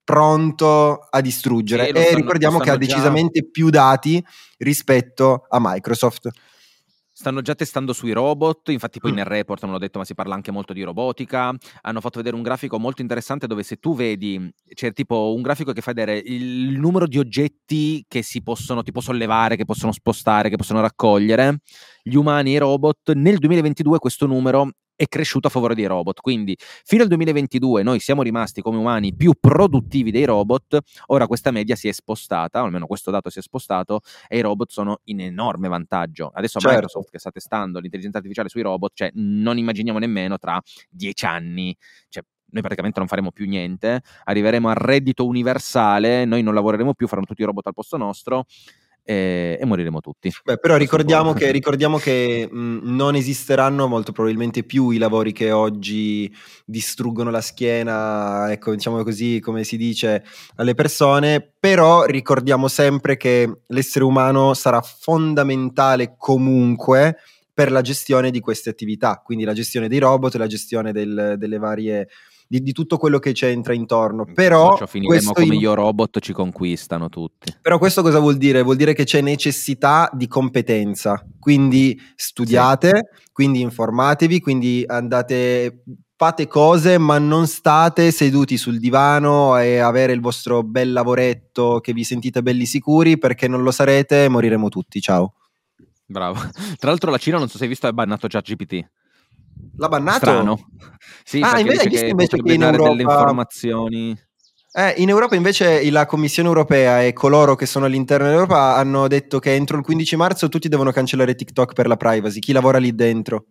pronto a distruggere, sì, e stanno, ricordiamo che ha decisamente già... più dati rispetto a Microsoft. Stanno già testando sui robot, infatti poi mm. nel report non l'ho detto, ma si parla anche molto di robotica. Hanno fatto vedere un grafico molto interessante dove se tu vedi, c'è tipo un grafico che fa vedere il numero di oggetti che si possono tipo sollevare, che possono spostare, che possono raccogliere, gli umani e i robot. Nel duemilaventidue questo numero è cresciuto a favore dei robot, quindi fino al duemilaventidue noi siamo rimasti come umani più produttivi dei robot. Ora questa media si è spostata, o almeno questo dato si è spostato, e i robot sono in enorme vantaggio. Adesso certo. Microsoft che sta testando l'intelligenza artificiale sui robot, cioè non immaginiamo nemmeno tra dieci anni, cioè noi praticamente non faremo più niente, arriveremo al reddito universale, noi non lavoreremo più, faranno tutti i robot al posto nostro, E, e moriremo tutti. Beh, però ricordiamo che, ricordiamo che mh, non esisteranno molto probabilmente più i lavori che oggi distruggono la schiena, ecco, diciamo così, come si dice, alle persone, però ricordiamo sempre che l'essere umano sarà fondamentale comunque per la gestione di queste attività, quindi la gestione dei robot, la gestione del, delle varie... Di, di tutto quello che c'entra intorno. Però finiremo come io robot ci conquistano tutti. Però questo cosa vuol dire? Vuol dire che c'è necessità di competenza, quindi studiate, sì. quindi informatevi, quindi andate, fate cose, ma non state seduti sul divano e avere il vostro bel lavoretto che vi sentite belli sicuri, perché non lo sarete e moriremo tutti. Ciao. Bravo. Tra l'altro la Cina, non so se hai visto, ha bannato ChatGPT. L'ha bannato? Strano. Sì, ah, perché invece, dice che invece potrebbe che dare Europa... delle informazioni. Eh, in Europa invece la Commissione Europea e coloro che sono all'interno dell'Europa hanno detto che entro il quindici marzo tutti devono cancellare TikTok per la privacy, chi lavora lì dentro.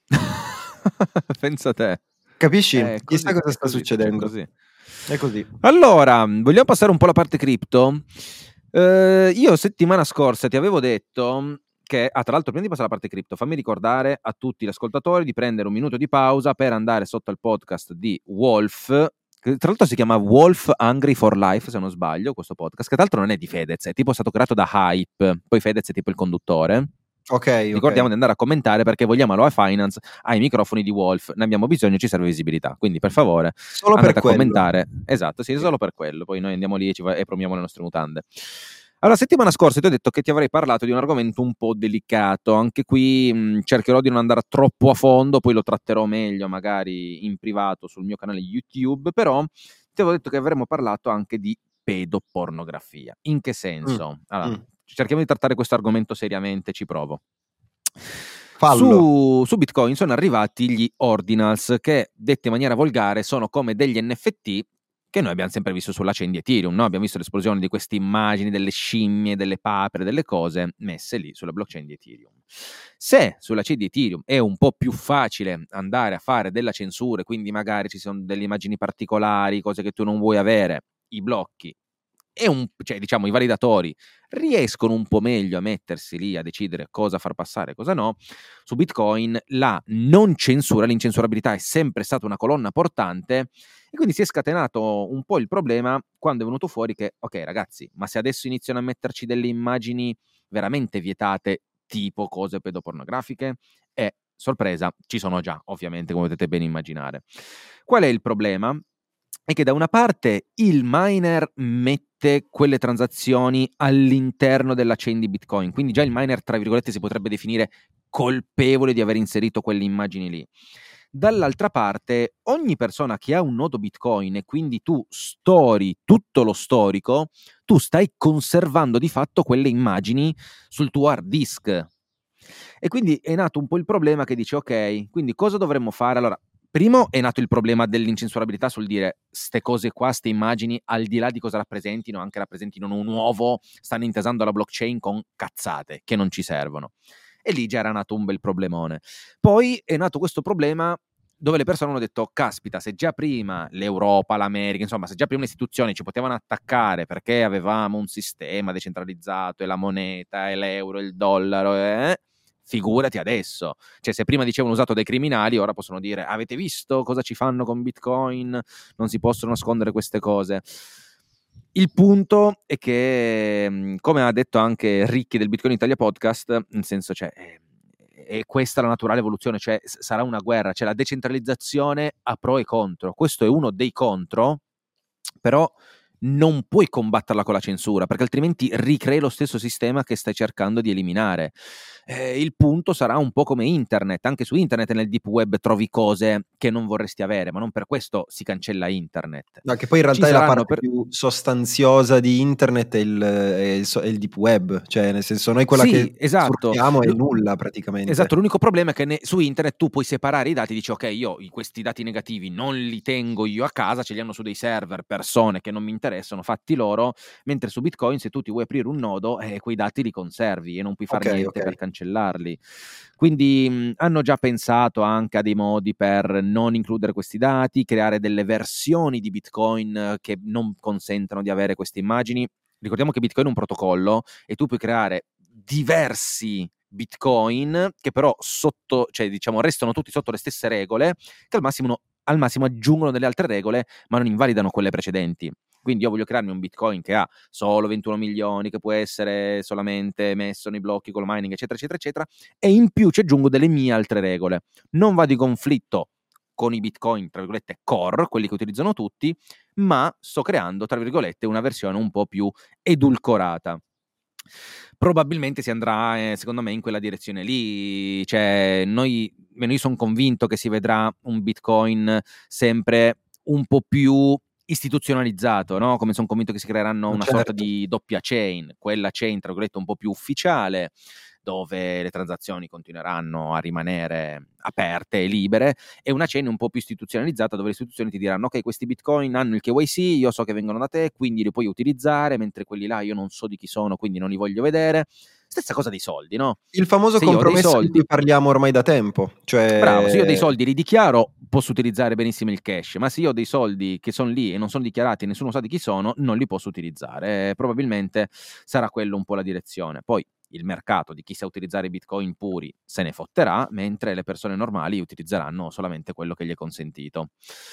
Pensa te. Capisci? È Chissà così, cosa sta così, succedendo. così. È così. Allora, vogliamo passare un po' alla parte cripto? Eh, io settimana scorsa ti avevo detto che, ah, tra l'altro, prima di passare alla parte cripto, fammi ricordare a tutti gli ascoltatori di prendere un minuto di pausa per andare sotto al podcast di Wolf, che tra l'altro si chiama Wolf Hungry for Life, se non sbaglio, questo podcast, che tra l'altro non è di Fedez, è tipo stato creato da Hype, poi Fedez è tipo il conduttore. Ok, ricordiamo okay. di andare a commentare perché vogliamo Aloha Finance ai microfoni di Wolf, ne abbiamo bisogno, ci serve visibilità, quindi per favore solo andate per a quello. commentare. Esatto, sì, solo per quello, poi noi andiamo lì e, ci va- e promuoviamo le nostre mutande. Allora, settimana scorsa ti ho detto che ti avrei parlato di un argomento un po' delicato, anche qui mh, cercherò di non andare troppo a fondo, poi lo tratterò meglio magari in privato sul mio canale YouTube, però ti avevo detto che avremmo parlato anche di pedopornografia. In che senso? Mm, Allora, mm. cerchiamo di trattare questo argomento seriamente, ci provo. Fallo. Su, su Bitcoin sono arrivati gli ordinals che, detti in maniera volgare, sono come degli N F T che noi abbiamo sempre visto sulla chain di Ethereum, no? Abbiamo visto l'esplosione di queste immagini delle scimmie, delle papere, delle cose messe lì sulla blockchain di Ethereum. Se sulla chain di Ethereum è un po' più facile andare a fare della censura, quindi magari ci sono delle immagini particolari, cose che tu non vuoi avere, i blocchi, e un, cioè, diciamo, i validatori riescono un po' meglio a mettersi lì a decidere cosa far passare e cosa no. Su Bitcoin la non censura, l'incensurabilità è sempre stata una colonna portante, e quindi si è scatenato un po' il problema quando è venuto fuori che, ok ragazzi, ma se adesso iniziano a metterci delle immagini veramente vietate, tipo cose pedopornografiche, e sorpresa, ci sono già, ovviamente, come potete ben immaginare. Qual è il problema? È che da una parte il miner mette quelle transazioni all'interno della chain di Bitcoin, quindi già il miner, tra virgolette, si potrebbe definire colpevole di aver inserito quelle immagini lì. Dall'altra parte, ogni persona che ha un nodo Bitcoin e quindi tu stori tutto lo storico, tu stai conservando di fatto quelle immagini sul tuo hard disk. E quindi è nato un po' il problema che dice, ok, quindi cosa dovremmo fare? Allora, primo è nato il problema dell'incensurabilità sul dire ste cose qua, ste immagini, al di là di cosa rappresentino, anche rappresentino un uovo, stanno intesando la blockchain con cazzate che non ci servono. E lì già era nato un bel problemone. Poi è nato questo problema dove le persone hanno detto, caspita, se già prima l'Europa, l'America, insomma, se già prima le istituzioni ci potevano attaccare perché avevamo un sistema decentralizzato e la moneta e l'euro e il dollaro, eh, figurati adesso. Cioè, se prima dicevano usato dai criminali, ora possono dire, avete visto cosa ci fanno con Bitcoin? Non si possono nascondere queste cose. Il punto è che, come ha detto anche Ricchi del Bitcoin Italia Podcast, nel senso, cioè, è questa la naturale evoluzione, cioè sarà una guerra, cioè la decentralizzazione ha pro e contro. Questo è uno dei contro, però non puoi combatterla con la censura, perché altrimenti ricrei lo stesso sistema che stai cercando di eliminare. Eh, il punto sarà un po' come internet, anche su internet nel deep web trovi cose che non vorresti avere, ma non per questo si cancella internet. No, che poi in realtà è la parte per... più sostanziosa di internet è il, è, il, è il deep web, cioè nel senso noi quella sì, che esatto. sfruttiamo è nulla praticamente. Esatto, l'unico problema è che ne, su internet tu puoi separare i dati, dici ok, io questi dati negativi non li tengo io a casa, ce li hanno su dei server, persone che non mi interessano, fatti loro, mentre su Bitcoin se tu ti vuoi aprire un nodo, eh, quei dati li conservi e non puoi fare okay, niente okay. per cancellarli. Quindi mh, hanno già pensato anche a dei modi per non includere questi dati, creare delle versioni di Bitcoin che non consentano di avere queste immagini. Ricordiamo che Bitcoin è un protocollo e tu puoi creare diversi Bitcoin che però sotto, cioè diciamo restano tutti sotto le stesse regole, che al massimo, al massimo aggiungono delle altre regole ma non invalidano quelle precedenti. Quindi io voglio crearmi un Bitcoin che ha solo ventuno milioni, che può essere solamente messo nei blocchi con il mining, eccetera, eccetera, eccetera, e in più ci aggiungo delle mie altre regole. Non vado in conflitto con i Bitcoin, tra virgolette, core, quelli che utilizzano tutti, ma sto creando, tra virgolette, una versione un po' più edulcorata. Probabilmente si andrà, eh, secondo me, in quella direzione lì. Cioè, noi, io sono convinto che si vedrà un Bitcoin sempre un po' più istituzionalizzato, no? Come sono convinto che si creeranno una certo. sorta di doppia chain, quella chain, tra virgolette, un po' più ufficiale, dove le transazioni continueranno a rimanere aperte e libere, e una chain un po' più istituzionalizzata dove le istituzioni ti diranno ok, questi bitcoin hanno il K Y C, io so che vengono da te, quindi li puoi utilizzare, mentre quelli là io non so di chi sono, quindi non li voglio vedere. Stessa cosa dei soldi, no? Il famoso se compromesso soldi, di cui parliamo ormai da tempo. Cioè... Bravo, se io ho dei soldi li dichiaro, posso utilizzare benissimo il cash, ma se io ho dei soldi che sono lì e non sono dichiarati e nessuno sa di chi sono, non li posso utilizzare. E probabilmente sarà quello un po' la direzione. Poi il mercato di chi sa utilizzare i bitcoin puri se ne fotterà, mentre le persone normali utilizzeranno solamente quello che gli è consentito.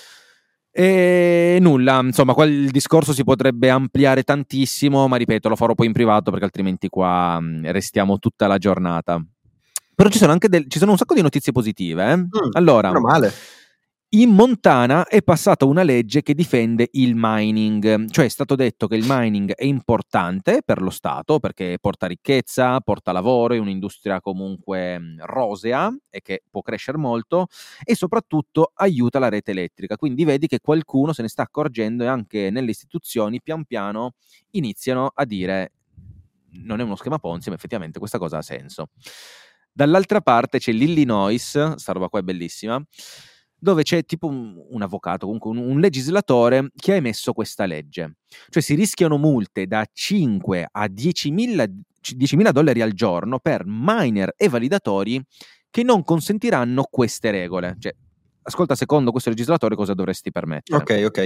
E nulla, insomma, qua il discorso si potrebbe ampliare tantissimo, ma ripeto, lo farò poi in privato perché altrimenti qua mh, restiamo tutta la giornata. Però ci sono anche del, ci sono un sacco di notizie positive. Eh? Mm, allora, normale. In Montana è passata una legge che difende il mining, cioè è stato detto che il mining è importante per lo Stato perché porta ricchezza, porta lavoro, è un'industria comunque rosea e che può crescere molto e soprattutto aiuta la rete elettrica, quindi vedi che qualcuno se ne sta accorgendo e anche nelle istituzioni pian piano iniziano a dire non è uno schema Ponzi, ma effettivamente questa cosa ha senso. Dall'altra parte c'è l'Illinois, sta roba qua è bellissima, dove c'è tipo un, un avvocato, comunque un, un legislatore che ha emesso questa legge. Cioè si rischiano multe da cinque a diecimila dollari al giorno per miner e validatori che non consentiranno queste regole. Cioè, ascolta, secondo questo legislatore cosa dovresti permettere? Ok, ok.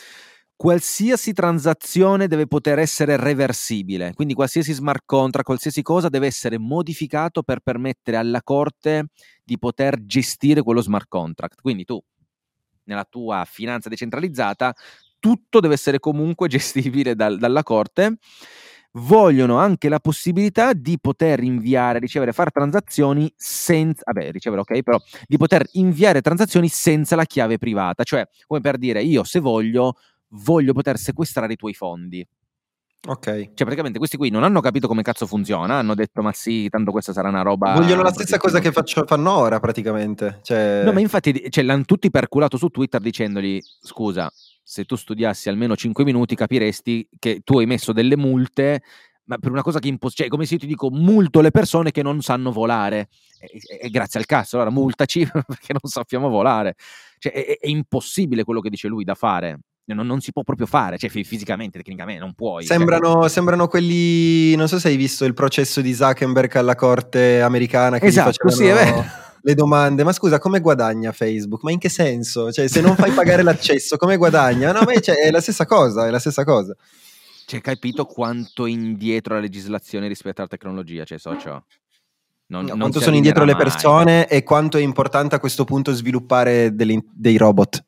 Qualsiasi transazione deve poter essere reversibile, quindi qualsiasi smart contract, qualsiasi cosa deve essere modificato per permettere alla corte di poter gestire quello smart contract. Quindi tu, nella tua finanza decentralizzata, tutto deve essere comunque gestibile dal, dalla corte. Vogliono anche la possibilità di poter inviare, ricevere, fare transazioni senza, vabbè, ricevere ok, però di poter inviare transazioni senza la chiave privata, cioè come per dire io se voglio voglio poter sequestrare i tuoi fondi. Ok. Cioè praticamente questi qui non hanno capito come cazzo funziona, hanno detto ma sì, tanto questa sarà una roba... Vogliono la stessa cosa che faccio, fanno ora praticamente. Cioè... No, ma infatti cioè, l'hanno tutti perculato su Twitter dicendogli scusa, se tu studiassi almeno cinque minuti capiresti che tu hai messo delle multe, ma per una cosa che impos- cioè come se io ti dico multo le persone che non sanno volare, e, e, e grazie al cazzo, allora multaci perché non sappiamo volare. Cioè è, è impossibile quello che dice lui da fare. Non, non si può proprio fare, cioè fisicamente, tecnicamente non puoi. Sembrano, cioè. sembrano quelli, non so se hai visto il processo di Zuckerberg alla corte americana che esatto, gli facevano sì, è vero. le domande, ma scusa come guadagna Facebook? Ma in che senso? Cioè se non fai pagare l'accesso come guadagna? No, ma cioè, è la stessa cosa, è la stessa cosa. Cioè capito quanto indietro la legislazione rispetto alla tecnologia, cioè socio? Non, no, non quanto sono indietro le persone mai. E quanto è importante a questo punto sviluppare delle, dei robot.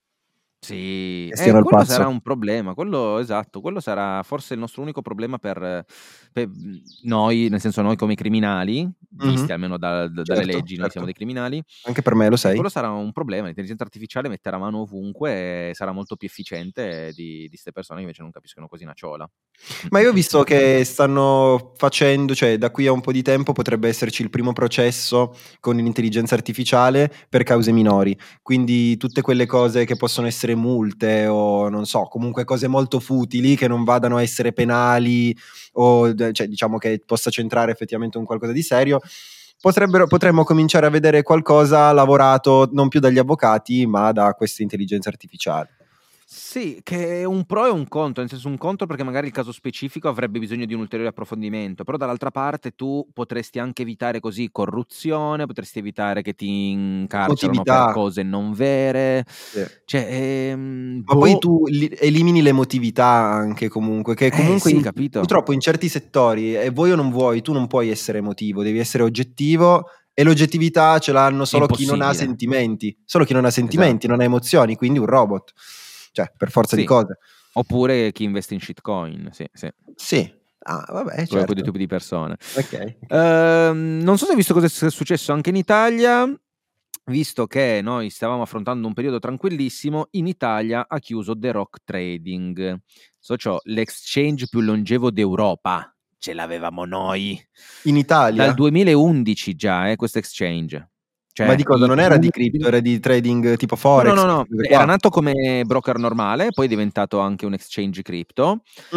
Sì, eh, quello passo. Sarà un problema, quello esatto, quello sarà forse il nostro unico problema per, per noi, nel senso noi come criminali, visti mm-hmm. almeno da, da, certo, dalle leggi, certo. Noi siamo dei criminali. Anche per me lo sei. Quello sarà un problema, l'intelligenza artificiale metterà mano ovunque e sarà molto più efficiente di queste persone che invece non capiscono così una ciola. Ma io ho visto che stanno facendo, cioè da qui a un po' di tempo potrebbe esserci il primo processo con l'intelligenza artificiale per cause minori, quindi tutte quelle cose che possono essere multe o non so, comunque cose molto futili che non vadano a essere penali o cioè diciamo che possa centrare effettivamente un qualcosa di serio, potrebbero, potremmo cominciare a vedere qualcosa lavorato non più dagli avvocati ma da questa intelligenza artificiale. Sì, che è un pro e un contro, nel senso un contro perché magari il caso specifico avrebbe bisogno di un ulteriore approfondimento, però dall'altra parte tu potresti anche evitare così corruzione, potresti evitare che ti incarcerano per cose non vere, sì. Cioè, ehm, ma boh. Poi tu li, elimini l'emotività anche comunque, che comunque eh, sì, in, capito. purtroppo in certi settori, e vuoi o non vuoi, tu non puoi essere emotivo, devi essere oggettivo. E l'oggettività ce l'hanno solo chi non ha sentimenti, solo chi non ha sentimenti, esatto. Non ha emozioni, quindi un robot. Cioè, per forza sì. di cose. Oppure chi investe in shitcoin, sì, sì. Sì, ah, vabbè, certo. Quei tipi di persone. Ok. Uh, non so se hai visto cosa è successo anche in Italia, visto che noi stavamo affrontando un periodo tranquillissimo, in Italia ha chiuso The Rock Trading. So ciò, l'exchange più longevo d'Europa. Ce l'avevamo noi. In Italia? Dal duemilaundici già, eh, questo exchange. Cioè, ma di cosa? Non era di cripto, era di trading tipo Forex? No, no, no, no. Era nato come broker normale, poi è diventato anche un exchange cripto. Mm.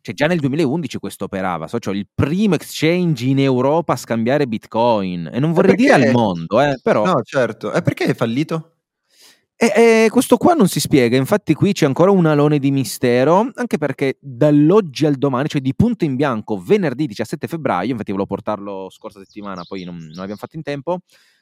Cioè già nel duemilaundici questo operava, so, cioè il primo exchange in Europa a scambiare Bitcoin, e non vorrei perché... dire al mondo, eh, però... No, certo. E perché è fallito? E, e questo qua non si spiega, infatti qui c'è ancora un alone di mistero, anche perché dall'oggi al domani, cioè di punto in bianco, venerdì diciassette febbraio, infatti volevo portarlo scorsa settimana, poi non, non abbiamo fatto in tempo,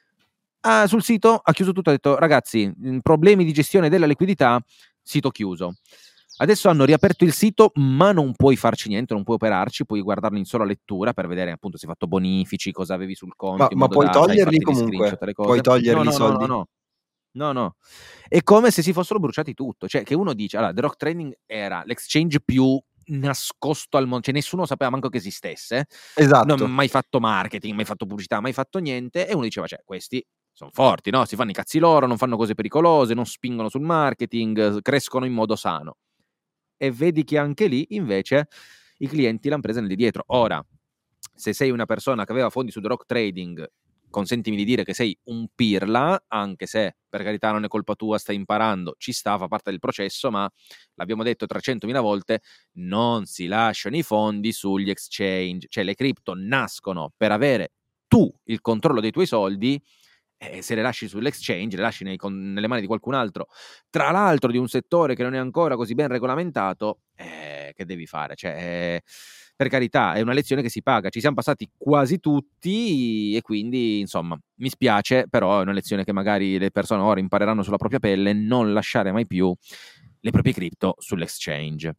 ah, sul sito ha chiuso tutto, ha detto ragazzi, problemi di gestione della liquidità, sito chiuso. Adesso hanno riaperto il sito, ma non puoi farci niente, non puoi operarci, puoi guardarlo in sola lettura per vedere appunto se hai fatto bonifici, cosa avevi sul conto, Ma, in ma modo puoi da sai, toglierli farti comunque? le cose. Puoi toglierli no, no, i soldi? No, no, no, no, no. È come se si fossero bruciati tutto. Cioè che uno dice, allora, The Rock Trading era l'exchange più nascosto al mondo, cioè nessuno sapeva manco che esistesse. Esatto. Non mai fatto marketing, mai fatto pubblicità, mai fatto niente. E uno diceva, cioè, questi sono forti, no? Si fanno i cazzi loro, non fanno cose pericolose, non spingono sul marketing, crescono in modo sano. E vedi che anche lì invece i clienti l'hanno presa di dietro. Ora, se sei una persona che aveva fondi su The Rock Trading, consentimi di dire che sei un pirla, anche se per carità non è colpa tua, stai imparando, ci sta, fa parte del processo, ma l'abbiamo detto trecentomila volte, non si lasciano i fondi sugli exchange, cioè le cripto nascono per avere tu il controllo dei tuoi soldi. E se le lasci sull'exchange, le lasci nei, con, nelle mani di qualcun altro, tra l'altro di un settore che non è ancora così ben regolamentato, eh, che devi fare? Cioè, eh, per carità, è una lezione che si paga, ci siamo passati quasi tutti e quindi, insomma, mi spiace, però è una lezione che magari le persone ora impareranno sulla propria pelle, non lasciare mai più le proprie cripto sull'exchange.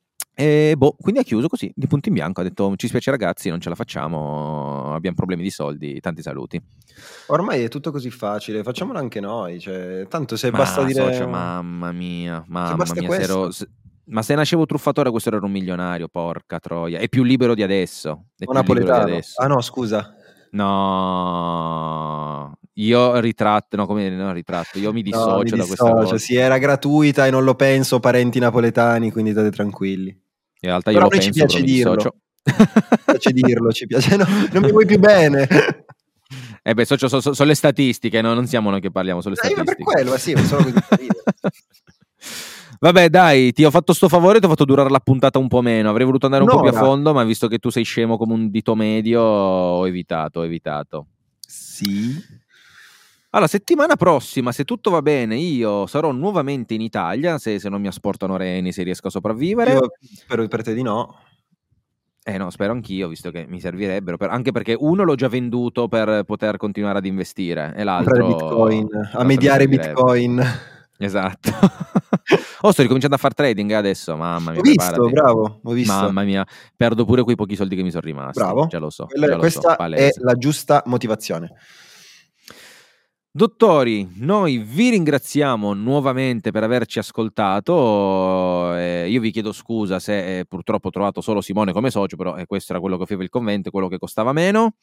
E boh, quindi ha chiuso così, di punto in bianco, ha detto ci spiace ragazzi, non ce la facciamo, abbiamo problemi di soldi, tanti saluti. Ormai è tutto così facile, facciamolo anche noi, cioè, tanto se ma basta dire... Socio, mamma mia, mamma basta mia, se ero, se, ma se nascevo truffatore questo era un milionario, porca troia, è più libero di adesso, è o più libero di napoletano. adesso. Ah no, scusa. No, io ritratto, no, come no, ritratto, io mi dissocio, no, mi da dissocio, questa cosa. Sì, era gratuita e non lo penso, parenti napoletani, quindi state tranquilli. In realtà però io lo a noi penso, ci piace però mi dirlo. dissocio. Ci piace dirlo, ci piace, no, non mi vuoi più bene. Eh beh, socio, sono so, so le statistiche, no? Non siamo noi che parliamo, sono le eh, statistiche. Per quello, sì, solo così per ridere. Vabbè, dai, ti ho fatto sto favore, ti ho fatto durare la puntata un po' meno. Avrei voluto andare un Un'ora. po' più a fondo, ma visto che tu sei scemo come un dito medio, ho evitato, ho evitato. Sì. Allora, settimana prossima, se tutto va bene, io sarò nuovamente in Italia, se, se non mi asportano reni, se riesco a sopravvivere. Io spero per te di no. Eh no, spero anch'io, visto che mi servirebbero, per, anche perché uno l'ho già venduto per poter continuare ad investire e l'altro... Bitcoin, a mediare Bitcoin. Esatto. Oh, sto ricominciando a fare trading adesso, mamma mia. Ho visto, preparati. bravo, ho visto. Mamma mia, perdo pure quei pochi soldi che mi sono rimasti. Bravo. Già lo so. Quella, già lo questa so, palese. è la giusta motivazione. Dottori, noi vi ringraziamo nuovamente per averci ascoltato. Eh, io vi chiedo scusa se eh, purtroppo ho trovato solo Simone come socio, però eh, questo era quello che offriva il convento, quello che costava meno.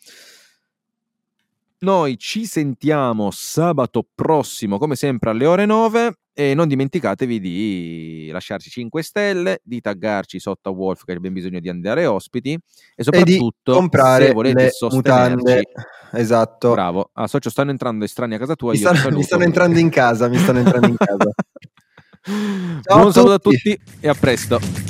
Noi ci sentiamo sabato prossimo, come sempre, alle ore nove. E non dimenticatevi di lasciarci cinque stelle, di taggarci sotto a Wolf, che abbiamo bisogno di andare ospiti, e soprattutto e di comprare se volete le sostenerci. Mutande. Esatto. Bravo. Ah, socio, stanno entrando estranei a casa tua. Mi io stanno, mi stanno entrando in casa. Mi stanno entrando in casa. Ciao Buon a saluto tutti. a tutti e a presto.